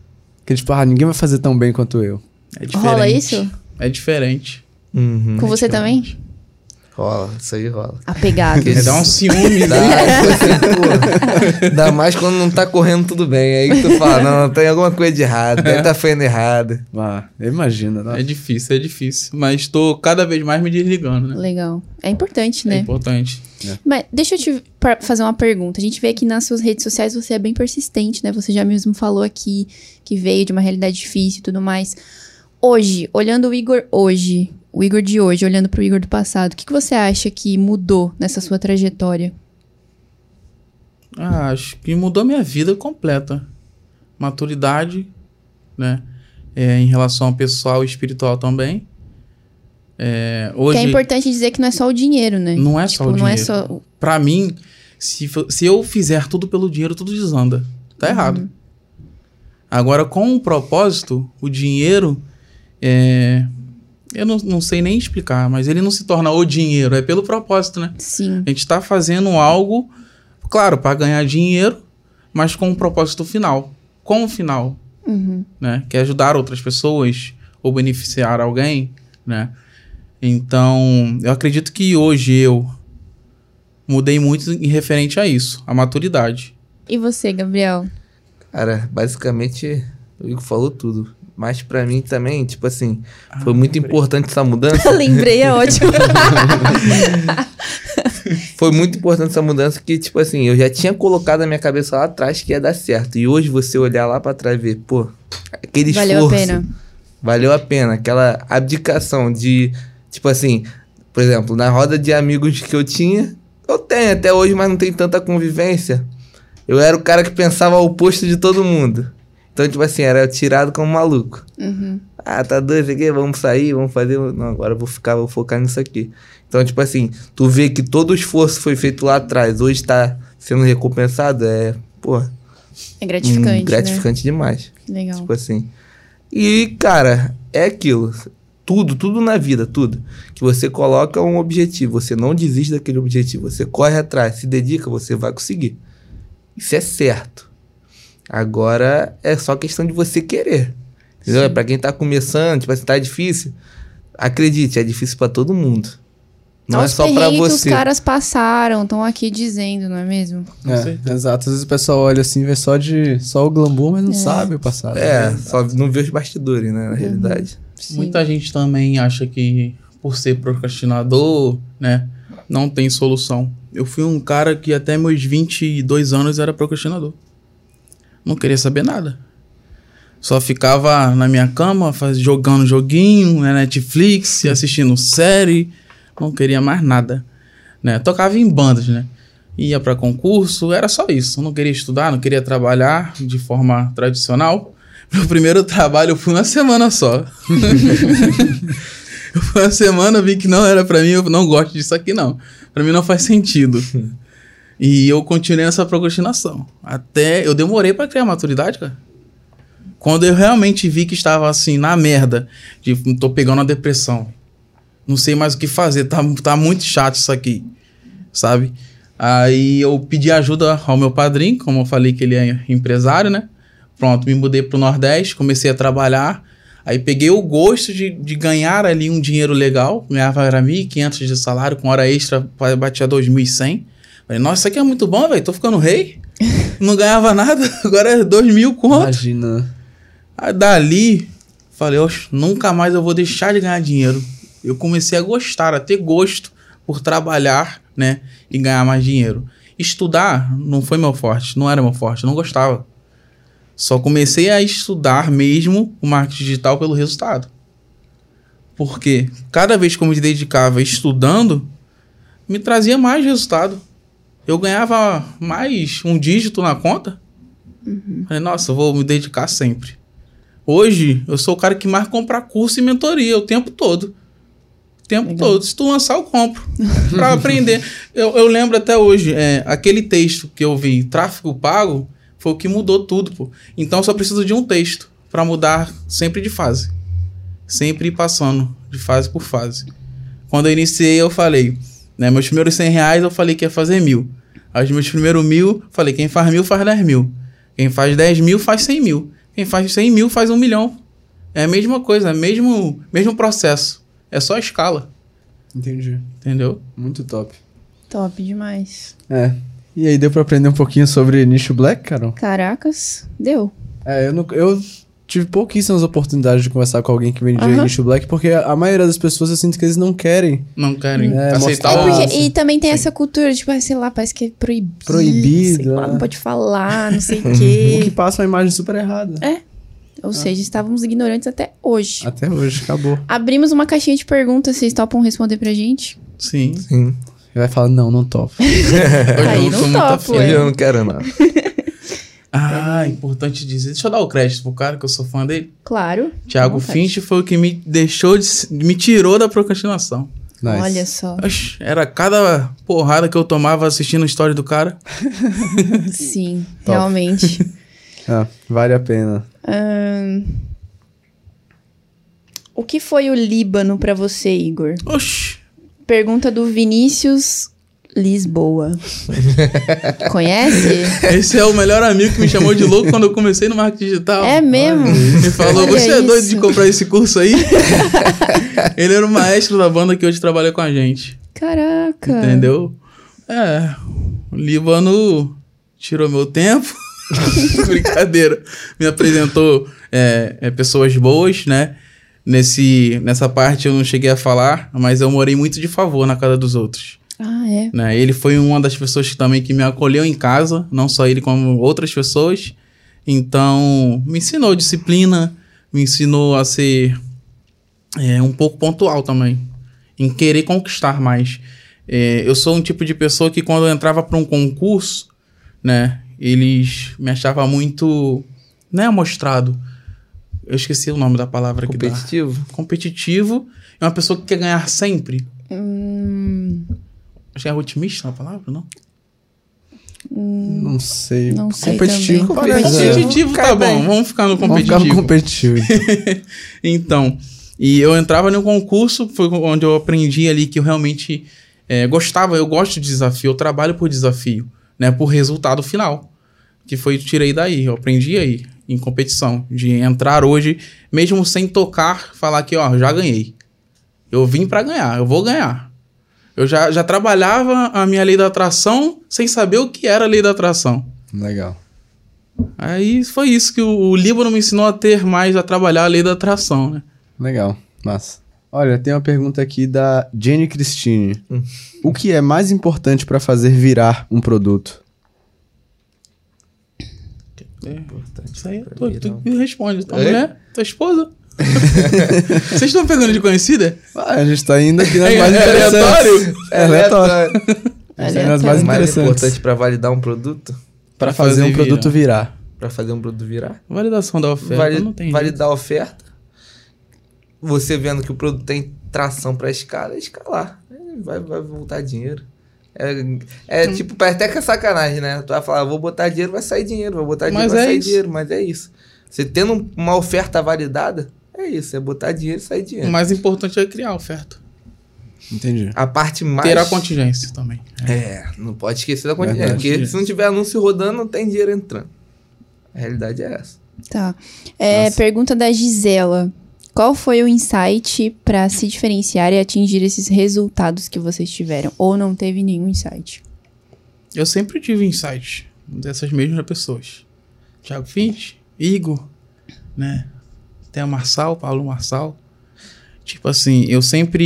S2: Que tipo, ninguém vai fazer tão bem quanto eu.
S3: É diferente.
S1: Rola isso?
S3: É diferente.
S4: Uhum.
S1: Com você também?
S4: Rola, isso aí rola.
S1: Apegado.
S3: Dá um ciúme.
S4: Dá, ainda mais quando não tá correndo tudo bem. Aí que tu fala, não, tem alguma coisa de errado, deve tá fazendo errado.
S2: Imagina, né?
S3: É difícil. Mas tô cada vez mais me desligando, né?
S1: Legal. É importante, né?
S3: É importante.
S1: Mas deixa eu te fazer uma pergunta. A gente vê que nas suas redes sociais você é bem persistente, né? Você já mesmo falou aqui que veio de uma realidade difícil e tudo mais. Hoje, olhando o Igor hoje, o Igor de hoje, olhando pro Igor do passado, o que você acha que mudou nessa sua trajetória?
S3: Acho que mudou minha vida completa. Maturidade, né? Em relação ao pessoal e espiritual também. Hoje,
S1: que é importante dizer que não é só o dinheiro, né?
S3: Não é só o dinheiro.
S1: Não é só...
S3: Pra mim, se eu fizer tudo pelo dinheiro, tudo desanda. Tá errado. Agora, com um propósito, o dinheiro... eu não sei nem explicar, mas ele não se torna o dinheiro, é pelo propósito, né?
S1: Sim.
S3: A gente tá fazendo algo, claro, para ganhar dinheiro, mas com um propósito final. Com o final, né? Que é ajudar outras pessoas ou beneficiar alguém, né? Então, eu acredito que hoje eu mudei muito em referente a isso, a maturidade.
S1: E você, Gabriel?
S4: Cara, basicamente, o Igor falou tudo. Mas pra mim também, tipo assim, foi muito importante essa mudança.
S1: Lembrei, é ótimo.
S4: Foi muito importante essa mudança que, tipo assim, eu já tinha colocado na minha cabeça lá atrás que ia dar certo. E hoje você olhar lá pra trás e ver, pô, aquele esforço.
S1: Valeu a pena.
S4: Valeu a pena. Aquela abdicação de, tipo assim, por exemplo, na roda de amigos que eu tinha, eu tenho até hoje, mas não tem tanta convivência. Eu era o cara que pensava o oposto de todo mundo. Então, tipo assim, era tirado como maluco. Tá doido aqui, vamos sair, vamos fazer... Não, agora eu vou focar nisso aqui. Então, tipo assim, tu vê que todo o esforço foi feito lá atrás, hoje tá sendo recompensado, é
S1: gratificante,
S4: gratificante demais.
S1: Legal.
S4: Tipo assim. E, cara, é aquilo. Tudo na vida, tudo. Que você coloca um objetivo, você não desiste daquele objetivo, você corre atrás, se dedica, você vai conseguir. Isso é certo. Agora é só questão de você querer. Entendeu? Pra quem tá começando, tipo assim, tá difícil. Acredite, é difícil pra todo mundo. Não é só pra você.
S1: que os caras passaram, estão aqui dizendo, não é mesmo?
S2: Exato. Às vezes o pessoal olha assim, vê só o glamour, mas não sabe o passado.
S4: Só não vê os bastidores, né, na realidade.
S1: Sim.
S3: Muita gente também acha que por ser procrastinador, né, não tem solução. Eu fui um cara que até meus 22 anos era procrastinador. Não queria saber nada. Só ficava na minha cama, jogando joguinho, na Netflix, assistindo série. Não queria mais nada, né? Tocava em bandas, né? Ia para concurso, era só isso. Não queria estudar, não queria trabalhar de forma tradicional. Meu primeiro trabalho eu fui uma semana só. Eu fui uma semana, vi que não era para mim, eu não gosto disso aqui não. Para mim não faz sentido. E eu continuei nessa procrastinação. Até eu demorei para criar maturidade, cara. Quando eu realmente vi que estava assim, na merda, tô pegando uma depressão. Não sei mais o que fazer, tá muito chato isso aqui, sabe? Aí eu pedi ajuda ao meu padrinho, como eu falei que ele é empresário, né? Pronto, me mudei pro Nordeste, comecei a trabalhar. Aí peguei o gosto de ganhar ali um dinheiro legal. Ganhava, era 1.500 de salário, com hora extra batia 2.100. Falei, nossa, isso aqui é muito bom, velho, tô ficando rei. Não ganhava nada, agora é 2.000 conto.
S2: Imagina.
S3: Aí dali, falei, oxe, nunca mais eu vou deixar de ganhar dinheiro. Eu comecei a gostar, a ter gosto por trabalhar, né, e ganhar mais dinheiro. Estudar não foi meu forte, não era meu forte, eu não gostava. Só comecei a estudar mesmo o marketing digital pelo resultado. Porque cada vez que eu me dedicava estudando, me trazia mais resultado. Eu ganhava mais um dígito na conta. Falei, nossa, eu vou me dedicar sempre. Hoje, eu sou o cara que mais compra curso e mentoria o tempo todo. O tempo todo. Se tu lançar, eu compro. Pra aprender. Eu lembro até hoje, aquele texto que eu vi, tráfego pago, foi o que mudou tudo, pô. Então, eu só preciso de um texto pra mudar sempre de fase. Sempre ir passando de fase por fase. Quando eu iniciei, eu falei, né, meus primeiros R$100, eu falei que ia fazer 1.000. Aí, os meus primeiros 1.000, falei, quem faz 1.000 faz 10.000. Quem faz 10.000 faz 100.000. Quem faz 100 mil faz 1 milhão. É a mesma coisa, mesmo processo. É só a escala.
S2: Entendi.
S3: Entendeu?
S2: Muito top.
S1: Top demais.
S2: É. E aí, deu pra aprender um pouquinho sobre nicho black, Carol?
S1: Caracas, deu.
S2: Eu tive pouquíssimas oportunidades de conversar com alguém que vendia nicho black, porque a maioria das pessoas eu sinto que eles não querem.
S3: Não querem aceitar
S2: mostrar.
S3: o...
S1: E também tem essa cultura, tipo, sei lá, parece que é proibido.
S2: Proibido,
S1: Sei lá,
S2: né?
S1: não pode falar, não sei o
S2: O que
S1: quê.
S2: passa uma imagem super errada.
S1: Ou seja, estávamos ignorantes até hoje.
S2: Até hoje, acabou.
S1: Abrimos uma caixinha de perguntas, vocês topam responder pra gente?
S3: Sim.
S4: Sim.
S2: Ele vai falar, não topo.
S1: Aí não topo,
S4: Hoje
S1: é.
S4: eu não quero, não.
S3: Importante dizer. Deixa eu dar o crédito pro cara, que eu sou fã dele.
S1: Claro.
S3: Thiago Finch foi o que me deixou, me tirou da procrastinação.
S2: Nice.
S1: Olha só.
S3: Oxe, era cada porrada que eu tomava assistindo a história do cara.
S1: Sim,
S2: Top.
S1: realmente.
S2: Vale a pena.
S1: O que foi o Líbano pra você, Igor?
S3: Oxe.
S1: Pergunta do Vinícius Lisboa. Conhece?
S3: Esse é o melhor amigo que me chamou de louco quando eu comecei no marketing digital.
S1: É mesmo?
S3: Me falou,
S1: Olha
S3: você é doido
S1: isso.
S3: de comprar esse curso aí? Ele era o maestro da banda que hoje trabalha com a gente.
S1: Caraca.
S3: Entendeu? O Líbano tirou meu tempo. Brincadeira. Me apresentou pessoas boas, né? Nessa parte eu não cheguei a falar, mas eu morei muito de favor na casa dos outros.
S1: Ah, é?
S3: Né? Ele foi uma das pessoas que me acolheu em casa, não só ele, como outras pessoas. Então, me ensinou disciplina, me ensinou a ser um pouco pontual também, em querer conquistar mais. Eu sou um tipo de pessoa que quando eu entrava para um concurso, né, eles me achavam muito, não é amostrado, eu esqueci o nome da palavra que dá. Competitivo. É uma pessoa que quer ganhar sempre. Acho que é otimista a palavra, não?
S2: Não sei.
S1: Não sei
S2: Competitivo.
S1: também.
S2: parece.
S3: Competitivo tá bom, vamos ficar no
S2: Vamos
S3: competitivo.
S2: ficar no competitivo.
S3: Então, e eu entrava no concurso, foi onde eu aprendi ali que eu realmente gostava, eu gosto de desafio, eu trabalho por desafio, né, por resultado final, que foi, tirei daí, eu aprendi aí, em competição, de entrar hoje, mesmo sem tocar, falar que, já ganhei. Eu vim pra ganhar, eu vou ganhar. Eu já trabalhava a minha lei da atração sem saber o que era a lei da atração.
S2: Legal.
S3: Aí foi isso que o Líbano me ensinou a trabalhar a lei da atração, né?
S2: Legal. Massa. Olha, tem uma pergunta aqui da Jenny Cristine. O que é mais importante para fazer virar um produto?
S3: Isso aí, tu me responde. Tua mulher? Tua esposa? Vocês estão pegando de conhecida?
S2: A gente tá indo aqui nas mais
S3: aleatório?
S2: interessantes. É aleatório. A gente tá indo nas mais
S4: O mais
S2: interessantes.
S4: importante pra validar um produto?
S2: Pra fazer um produto virar.
S4: Pra fazer um produto virar?
S3: Validação da oferta, não tem
S4: validar a oferta. Você vendo que o produto tem tração pra escalar. Vai voltar dinheiro. Tipo, parece até que é sacanagem, né? Tu vai falar, vou botar dinheiro, vai sair dinheiro. Vou botar dinheiro, vai sair dinheiro. Mas é isso. Você tendo uma oferta validada, é isso. É botar dinheiro e sair dinheiro.
S3: O mais importante é criar a oferta.
S2: Entendi.
S4: A parte mais...
S3: Ter a contingência também.
S4: Não pode esquecer da contingência.
S2: Verdade.
S4: Porque se não tiver anúncio rodando, não tem dinheiro entrando. A realidade é essa.
S1: Tá. Pergunta da Gisela. Qual foi o insight para se diferenciar e atingir esses resultados que vocês tiveram? Ou não teve nenhum insight?
S3: Eu sempre tive insight dessas mesmas pessoas. Thiago Finch, Igor, né? Até o Marçal, Paulo Marçal. Tipo assim, eu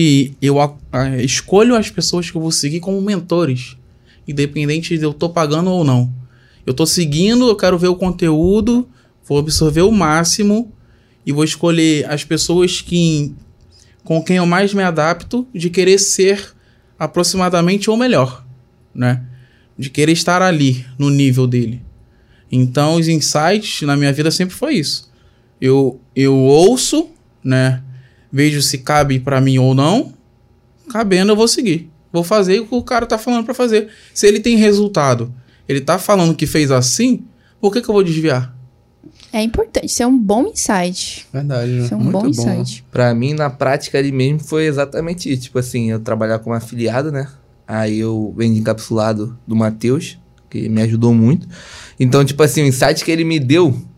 S3: escolho as pessoas que eu vou seguir como mentores. Independente de eu tô pagando ou não. Eu tô seguindo, eu quero ver o conteúdo, vou absorver o máximo e vou escolher as pessoas com quem eu mais me adapto, de querer ser aproximadamente ou melhor, né? De querer estar ali, no nível dele. Então, os insights na minha vida sempre foi isso. Eu ouço, né? Vejo se cabe pra mim ou não. Cabendo, eu vou seguir. Vou fazer o que o cara tá falando pra fazer. Se ele tem resultado, ele tá falando que fez assim, por que eu vou desviar?
S1: É importante. Isso é um bom insight.
S2: Verdade.
S1: Isso é um
S2: Muito
S1: bom insight.
S4: Pra mim, na prática ali mesmo, foi exatamente isso. Tipo assim, eu trabalhar como afiliado, né? Aí eu vendi encapsulado do Matheus, que me ajudou muito. Então, tipo assim, o insight que ele me deu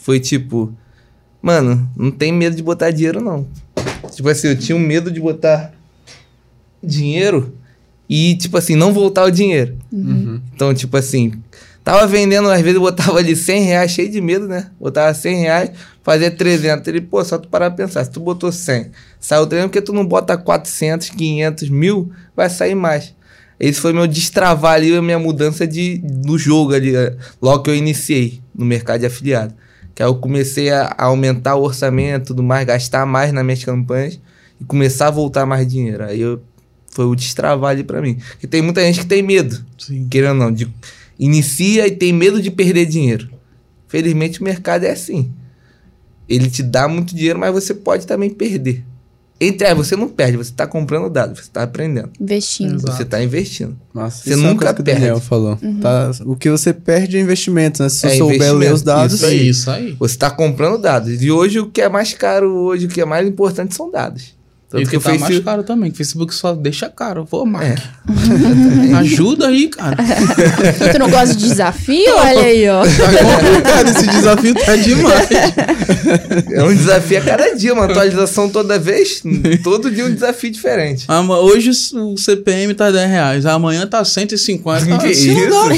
S4: foi tipo... Mano, não tem medo de botar dinheiro, não. Tipo assim, eu tinha um medo de botar dinheiro e, tipo assim, não voltar o dinheiro. Então, tipo assim, tava vendendo, às vezes eu botava ali 100 reais, cheio de medo, né? Botava 100 reais, fazia 300. Ele, pô, só tu parar pra pensar, se tu botou 100, saiu 300, porque tu não bota 400, 500, 1000, vai sair mais. Esse foi meu destravar ali, a minha mudança do jogo ali, logo que eu iniciei no mercado de afiliado. Que aí eu comecei a aumentar o orçamento, tudo mais, gastar mais nas minhas campanhas e começar a voltar mais dinheiro. Aí foi o destravar ali pra mim. Porque tem muita gente que tem medo, querendo ou não, inicia e tem medo de perder dinheiro. Felizmente o mercado é assim. Ele te dá muito dinheiro, mas você pode também perder. Você não perde, você tá comprando dados, você tá aprendendo.
S1: Investindo.
S3: Exato.
S4: Você tá investindo.
S2: Nossa,
S4: Você
S2: isso é uma
S4: nunca
S2: coisa que o
S4: perde.
S2: Daniel falou. Tá? O que você perde é investimento, né? Se você
S4: É
S2: souber ler
S4: investimento.
S2: os dados...
S3: Isso aí.
S4: Você tá comprando dados. E hoje o que é mais caro, hoje o que é mais importante são dados.
S3: E o que
S4: o
S3: tá mais caro também, que o Facebook só deixa caro. Pô, Mark,
S4: É.
S3: ajuda aí, cara.
S1: Tu não gosta de desafio? Olha aí, ó.
S3: Tá complicado, esse desafio tá demais.
S4: É um desafio a cada dia, uma atualização toda vez. Todo dia um desafio diferente.
S3: Hoje o CPM tá 10 reais, amanhã tá 150.
S4: Que
S3: Se não dá,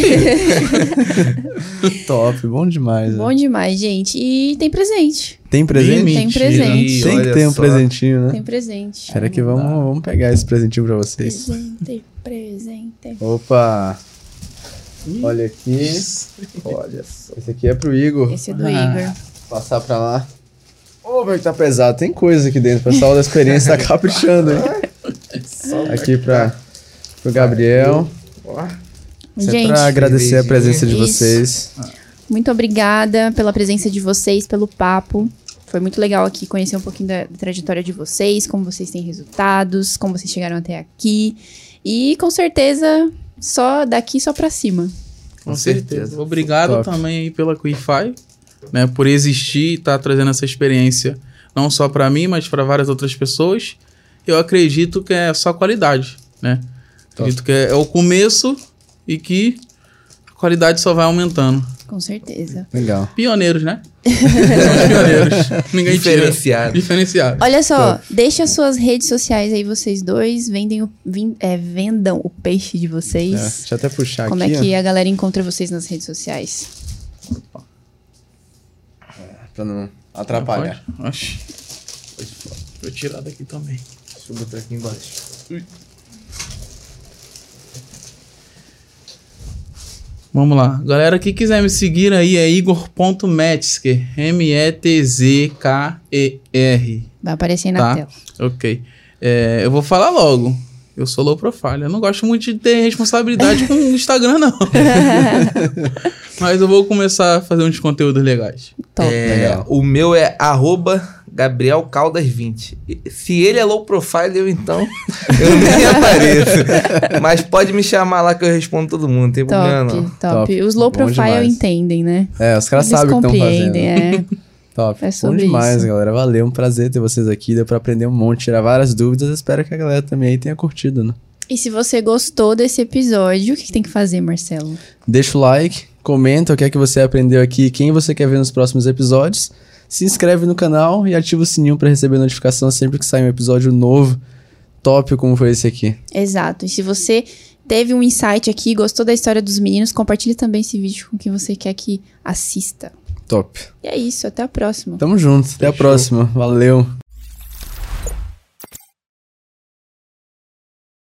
S2: Top, bom demais.
S1: Bom
S2: né?
S1: demais, gente. E tem presente.
S2: Tem presente?
S1: Tem presente.
S2: Tem que
S4: Olha
S2: ter um
S4: só.
S2: presentinho, né?
S1: Tem presente.
S2: Espera que vamos pegar esse presentinho pra vocês.
S1: Presente.
S2: Opa! Olha aqui.
S4: Olha só.
S2: Esse aqui é pro Igor.
S1: Esse é do Igor.
S2: Passar pra lá. Ô, vai que tá pesado. Tem coisa aqui dentro. O pessoal da experiência tá caprichando, hein? Aqui pro Gabriel. Isso é
S1: Gente,
S2: pra agradecer a presença de
S1: Isso.
S2: vocês.
S1: muito obrigada pela presença de vocês, pelo papo. Foi muito legal aqui conhecer um pouquinho da trajetória de vocês, como vocês têm resultados, como vocês chegaram até aqui. E com certeza, daqui só pra cima.
S3: Com certeza. Obrigado
S2: Top.
S3: também aí pela Quiify, né, por existir e estar trazendo essa experiência, não só para mim, mas para várias outras pessoas. Eu acredito que é só qualidade, né? Acredito que é o começo e que a qualidade só vai aumentando.
S1: Com certeza.
S2: Legal.
S3: Pioneiros, né? Somos pioneiros. Ninguém
S4: Diferenciado.
S3: tira. Diferenciado.
S1: Olha só, deixa as suas redes sociais aí, vocês dois. Vendam o peixe de vocês.
S2: Deixa eu até puxar
S1: Como
S2: aqui,
S1: é que a galera encontra vocês nas redes sociais?
S2: ó, pra não atrapalhar.
S3: Pode? Oxi. Vou tirar daqui também.
S4: Deixa eu botar aqui embaixo.
S3: Vamos lá. Galera que quiser me seguir aí é igor.metzger. M-E-T-Z-K-E-R.
S1: Vai aparecer aí na
S3: Tá.
S1: tela.
S3: Ok. Eu vou falar logo. Eu sou low profile. Eu não gosto muito de ter responsabilidade com o Instagram, não. Mas eu vou começar a fazer uns conteúdos legais.
S1: Top.
S2: Legal.
S4: O meu é @GabrielCaldas20. Se ele é low profile, eu então eu nem apareço. Mas pode me chamar lá que eu respondo todo mundo, não tem problema não.
S1: Top.
S2: Top.
S1: Os low
S2: Bom
S1: profile
S2: demais.
S1: entendem, né?
S2: Os caras
S1: Eles
S2: sabem o que estão fazendo.
S1: compreendem,
S2: Top.
S1: É
S2: Bom
S1: sobre
S2: demais,
S1: isso.
S2: galera. Valeu, um prazer ter vocês aqui. Deu pra aprender um monte, tirar várias dúvidas. Espero que a galera também aí tenha curtido, né?
S1: E se você gostou desse episódio, o que tem que fazer, Marcelo?
S2: Deixa o like, comenta o que é que você aprendeu aqui, quem você quer ver nos próximos episódios. Se inscreve no canal e ativa o sininho pra receber notificação sempre que sair um episódio novo, top como foi esse aqui.
S1: Exato. E se você teve um insight aqui, gostou da história dos meninos, compartilhe também esse vídeo com quem você quer que assista.
S2: Top.
S1: E é isso, até a próxima.
S2: Tamo junto. Até a próxima. Valeu.